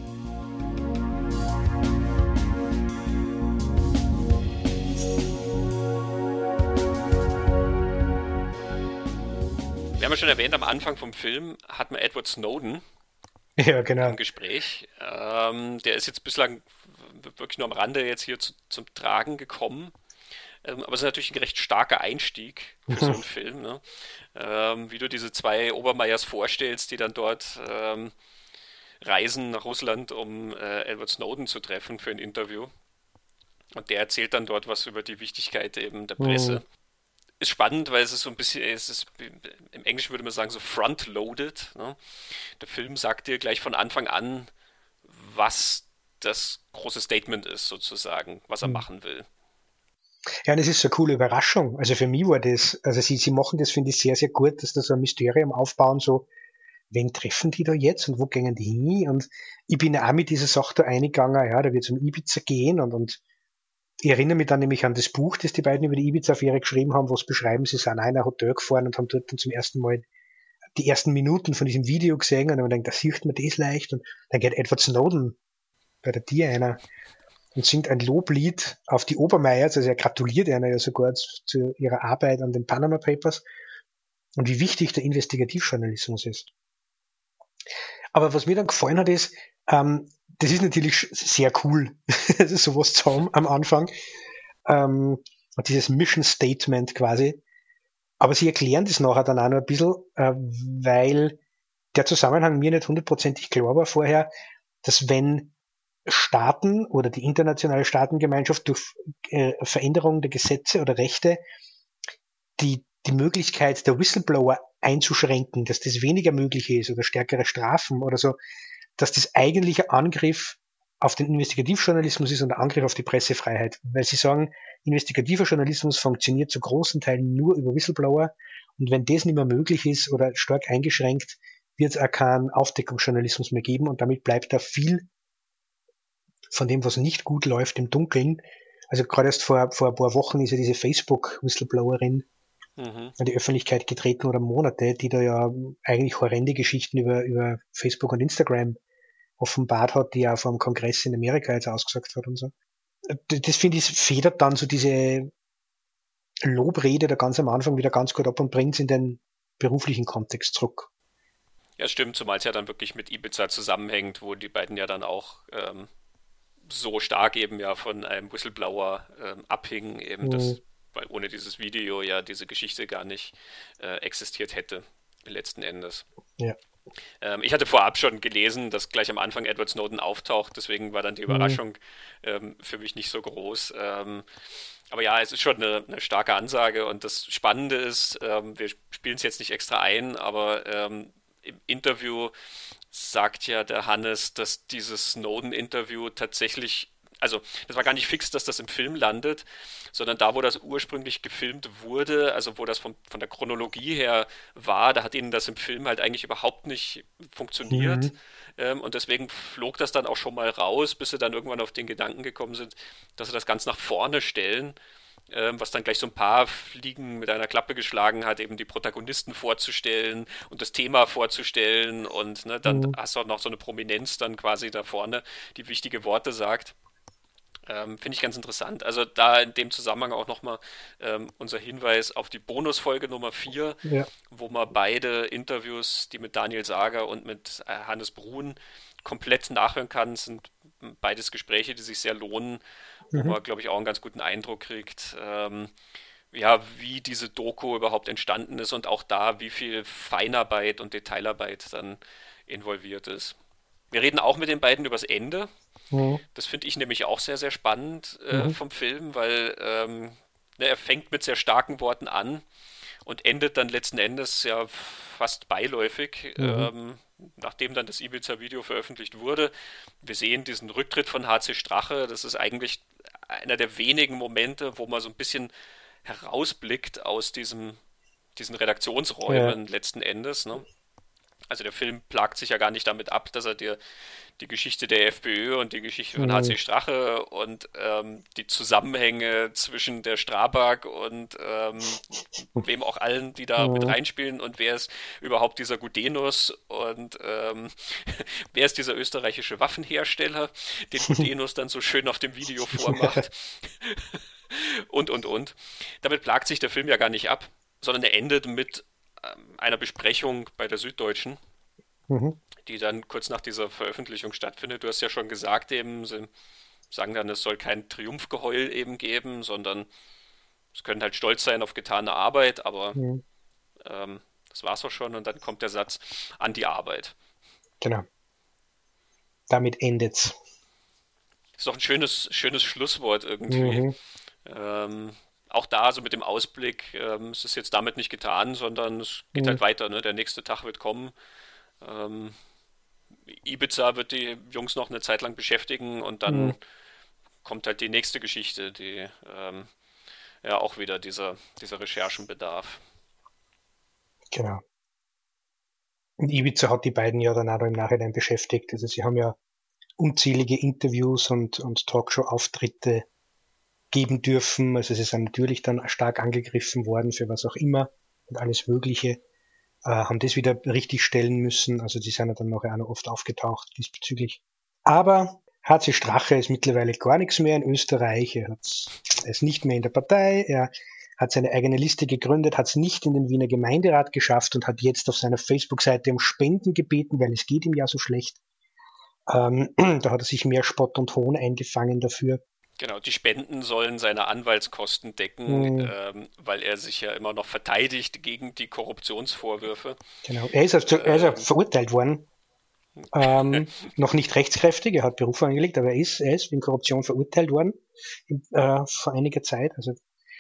Wir haben ja schon erwähnt, am Anfang vom Film hat man Edward Snowden ja, genau. im Gespräch. Ähm, der ist jetzt bislang wirklich nur am Rande jetzt hier zu, zum Tragen gekommen. Ähm, aber es ist natürlich ein recht starker Einstieg für so einen Film. Ne? Ähm, wie du diese zwei Obermeiers vorstellst, die dann dort ähm, reisen nach Russland, um äh, Edward Snowden zu treffen für ein Interview. Und der erzählt dann dort was über die Wichtigkeit eben der Presse. Mhm. Ist spannend, weil es ist so ein bisschen, es ist, im Englischen würde man sagen, so front-loaded. Ne? Der Film sagt dir gleich von Anfang an, was das große Statement ist, sozusagen, was er mhm. machen will. Ja, und es ist so eine coole Überraschung. Also für mich war das, also sie, sie machen das, finde ich, sehr, sehr gut, dass da so ein Mysterium aufbauen, so, wen treffen die da jetzt und wo gehen die hin? Und ich bin auch mit dieser Sache da eingegangen, ja, da wird es um Ibiza gehen und, und ich erinnere mich dann nämlich an das Buch, das die beiden über die Ibiza-Affäre geschrieben haben, wo es beschreiben, sie sind in ein Hotel gefahren und haben dort dann zum ersten Mal die ersten Minuten von diesem Video gesehen und dann denkt, da sieht man das leicht und dann geht Edward Snowden bei der Tier einer und singt ein Loblied auf die Obermeiers, also er gratuliert einer ja sogar zu, zu ihrer Arbeit an den Panama Papers und wie wichtig der Investigativjournalismus ist. Aber was mir dann gefallen hat, ist, ähm, das ist natürlich sehr cool, sowas zu haben am Anfang. Ähm, und dieses Mission Statement quasi. Aber sie erklären das nachher dann auch noch ein bisschen, äh, weil der Zusammenhang mir nicht hundertprozentig klar war vorher, dass wenn Staaten oder die internationale Staatengemeinschaft durch äh, Veränderung der Gesetze oder Rechte die, die Möglichkeit der Whistleblower einzuschränken, dass das weniger möglich ist oder stärkere Strafen oder so, dass das eigentlich ein Angriff auf den Investigativjournalismus ist und der Angriff auf die Pressefreiheit, weil sie sagen, investigativer Journalismus funktioniert zu großen Teilen nur über Whistleblower und wenn das nicht mehr möglich ist oder stark eingeschränkt, wird es auch keinen Aufdeckungsjournalismus mehr geben und damit bleibt da viel von dem, was nicht gut läuft, im Dunkeln. Also gerade erst vor, vor ein paar Wochen ist ja diese Facebook-Whistleblowerin mhm. an die Öffentlichkeit getreten oder Monate, die da ja eigentlich horrende Geschichten über, über Facebook und Instagram offenbart hat, die ja vor dem Kongress in Amerika jetzt ausgesagt hat und so. Das finde ich, federt dann so diese Lobrede da ganz am Anfang wieder ganz gut ab und bringt es in den beruflichen Kontext zurück. Ja, stimmt, zumal es ja dann wirklich mit Ibiza zusammenhängt, wo die beiden ja dann auch ähm, so stark eben ja von einem Whistleblower ähm, abhingen, eben mhm. das, weil ohne dieses Video ja diese Geschichte gar nicht äh, existiert hätte, letzten Endes. Ja. Ähm, ich hatte vorab schon gelesen, dass gleich am Anfang Edward Snowden auftaucht, deswegen war dann die Überraschung mhm. ähm, für mich nicht so groß. Ähm, aber ja, es ist schon eine, eine starke Ansage und das Spannende ist, ähm, wir spielen es jetzt nicht extra ein, aber ähm, im Interview sagt ja der Hannes, dass dieses Snowden-Interview tatsächlich, also das war gar nicht fix, dass das im Film landet, sondern da, wo das ursprünglich gefilmt wurde, also wo das von, von der Chronologie her war, da hat ihnen das im Film halt eigentlich überhaupt nicht funktioniert. Mhm. Ähm, und deswegen flog das dann auch schon mal raus, bis sie dann irgendwann auf den Gedanken gekommen sind, dass sie das ganz nach vorne stellen. Ähm, was dann gleich so ein paar Fliegen mit einer Klappe geschlagen hat, eben die Protagonisten vorzustellen und das Thema vorzustellen und ne, dann mhm. hast du auch noch so eine Prominenz dann quasi da vorne, die wichtige Worte sagt. Ähm, Finde ich ganz interessant. Also da in dem Zusammenhang auch nochmal ähm, unser Hinweis auf die Bonusfolge Nummer vier, ja. wo man beide Interviews, die mit Daniel Sager und mit äh, Hannes Bruhn komplett nachhören kann, sind beides Gespräche, die sich sehr lohnen, wo mhm. man, glaube ich, auch einen ganz guten Eindruck kriegt, ähm, ja, wie diese Doku überhaupt entstanden ist und auch da, wie viel Feinarbeit und Detailarbeit dann involviert ist. Wir reden auch mit den beiden übers Ende. Mhm. Das finde ich nämlich auch sehr, sehr spannend äh, mhm. vom Film, weil ähm, ne, er fängt mit sehr starken Worten an und endet dann letzten Endes ja fast beiläufig, mhm. ähm, nachdem dann das Ibiza-Video veröffentlicht wurde. Wir sehen diesen Rücktritt von H C Strache, das ist eigentlich einer der wenigen Momente, wo man so ein bisschen herausblickt aus diesem, diesen Redaktionsräumen ja. letzten Endes, ne? Also der Film plagt sich ja gar nicht damit ab, dass er dir die Geschichte der FPÖ und die Geschichte von mhm. H C Strache und ähm, die Zusammenhänge zwischen der Strabag und ähm, wem auch allen, die da mhm. mit reinspielen und wer ist überhaupt dieser Gudenus und ähm, wer ist dieser österreichische Waffenhersteller, den Gudenus dann so schön auf dem Video vormacht und, und, und. Damit plagt sich der Film ja gar nicht ab, sondern er endet mit einer Besprechung bei der Süddeutschen, mhm. die dann kurz nach dieser Veröffentlichung stattfindet. Du hast ja schon gesagt, eben, sie sagen dann, es soll kein Triumphgeheul eben geben, sondern es können halt stolz sein auf getane Arbeit, aber mhm. ähm, das war's auch schon und dann kommt der Satz an die Arbeit. Genau. Damit endet's. Ist doch ein schönes, schönes Schlusswort irgendwie. Mhm. Ähm, Auch da, so mit dem Ausblick, ähm, es ist jetzt damit nicht getan, sondern es geht mhm. halt weiter. Ne? Der nächste Tag wird kommen. Ähm, Ibiza wird die Jungs noch eine Zeit lang beschäftigen und dann mhm. kommt halt die nächste Geschichte, die ähm, ja auch wieder dieser, dieser Recherchen bedarf. Genau. Und Ibiza hat die beiden ja dann auch im Nachhinein beschäftigt. Also sie haben ja unzählige Interviews und, und Talkshow-Auftritte geben dürfen. Also sie sind natürlich dann stark angegriffen worden für was auch immer und alles Mögliche, äh, haben das wieder richtig stellen müssen. Also die sind ja dann nachher auch noch oft aufgetaucht diesbezüglich. Aber H C Strache ist mittlerweile gar nichts mehr in Österreich. Er, hat's, er ist nicht mehr in der Partei. Er hat seine eigene Liste gegründet, hat es nicht in den Wiener Gemeinderat geschafft und hat jetzt auf seiner Facebook-Seite um Spenden gebeten, weil es geht ihm ja so schlecht. Ähm, da hat er sich mehr Spott und Hohn eingefangen dafür. Genau, die Spenden sollen seine Anwaltskosten decken, mhm. ähm, weil er sich ja immer noch verteidigt gegen die Korruptionsvorwürfe. Genau, er ist, also, er ist ähm, verurteilt worden, ähm, noch nicht rechtskräftig, er hat Berufung angelegt, aber er ist, er ist wegen Korruption verurteilt worden äh, vor einiger Zeit. Also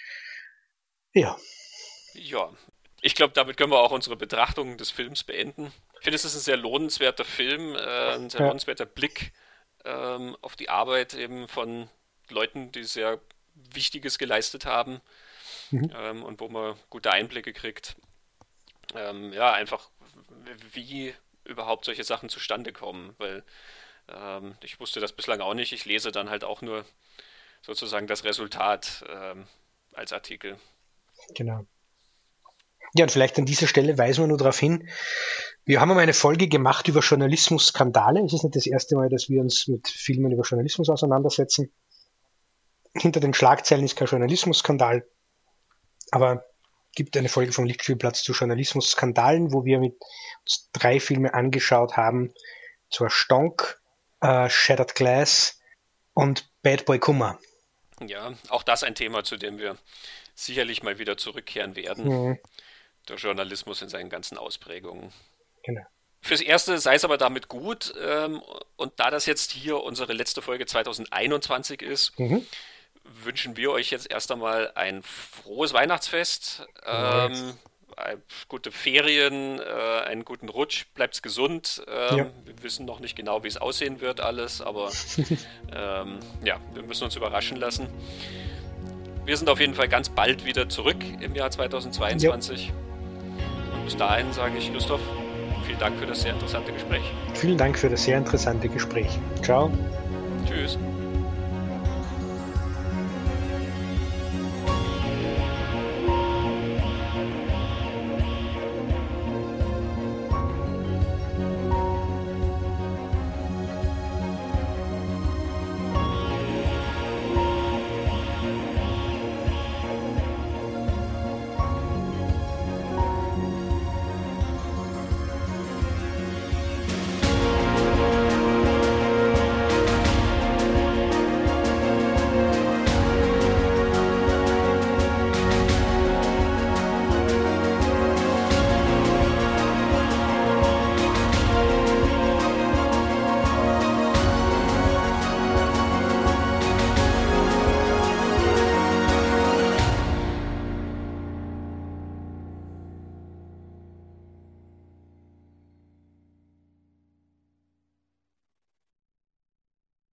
ja. Ja, ich glaube, damit können wir auch unsere Betrachtung des Films beenden. Ich finde, es ist ein sehr lohnenswerter Film, äh, ein sehr ja. lohnenswerter Blick ähm, auf die Arbeit eben von Leuten, die sehr Wichtiges geleistet haben, mhm. ähm, und wo man gute Einblicke kriegt. Ähm, ja, einfach wie überhaupt solche Sachen zustande kommen, weil ähm, ich wusste das bislang auch nicht. Ich lese dann halt auch nur sozusagen das Resultat ähm, als Artikel. Genau. Ja, und vielleicht an dieser Stelle weisen wir nur darauf hin, wir haben einmal eine Folge gemacht über Journalismus-Skandale. Es ist nicht das erste Mal, dass wir uns mit Filmen über Journalismus auseinandersetzen. Hinter den Schlagzeilen ist kein Journalismus-Skandal, aber es gibt eine Folge vom Lichtspielplatz zu Journalismus-Skandalen, wo wir mit uns drei Filme angeschaut haben, zwar Stonk, äh, Shattered Glass und Bad Boy Kummer. Ja, auch das ein Thema, zu dem wir sicherlich mal wieder zurückkehren werden. Mhm. Der Journalismus in seinen ganzen Ausprägungen. Genau. Fürs Erste sei es aber damit gut. Ähm, und da das jetzt hier unsere letzte Folge zwanzig einundzwanzig ist, mhm. wünschen wir euch jetzt erst einmal ein frohes Weihnachtsfest, ähm, gute Ferien, äh, einen guten Rutsch, bleibt's gesund. Ähm, ja. Wir wissen noch nicht genau, wie es aussehen wird alles, aber ähm, ja, wir müssen uns überraschen lassen. Wir sind auf jeden Fall ganz bald wieder zurück im Jahr zweitausendzweiundzwanzig. Ja. Und bis dahin sage ich, Christoph, vielen Dank für das sehr interessante Gespräch. Vielen Dank für das sehr interessante Gespräch. Ciao. Tschüss.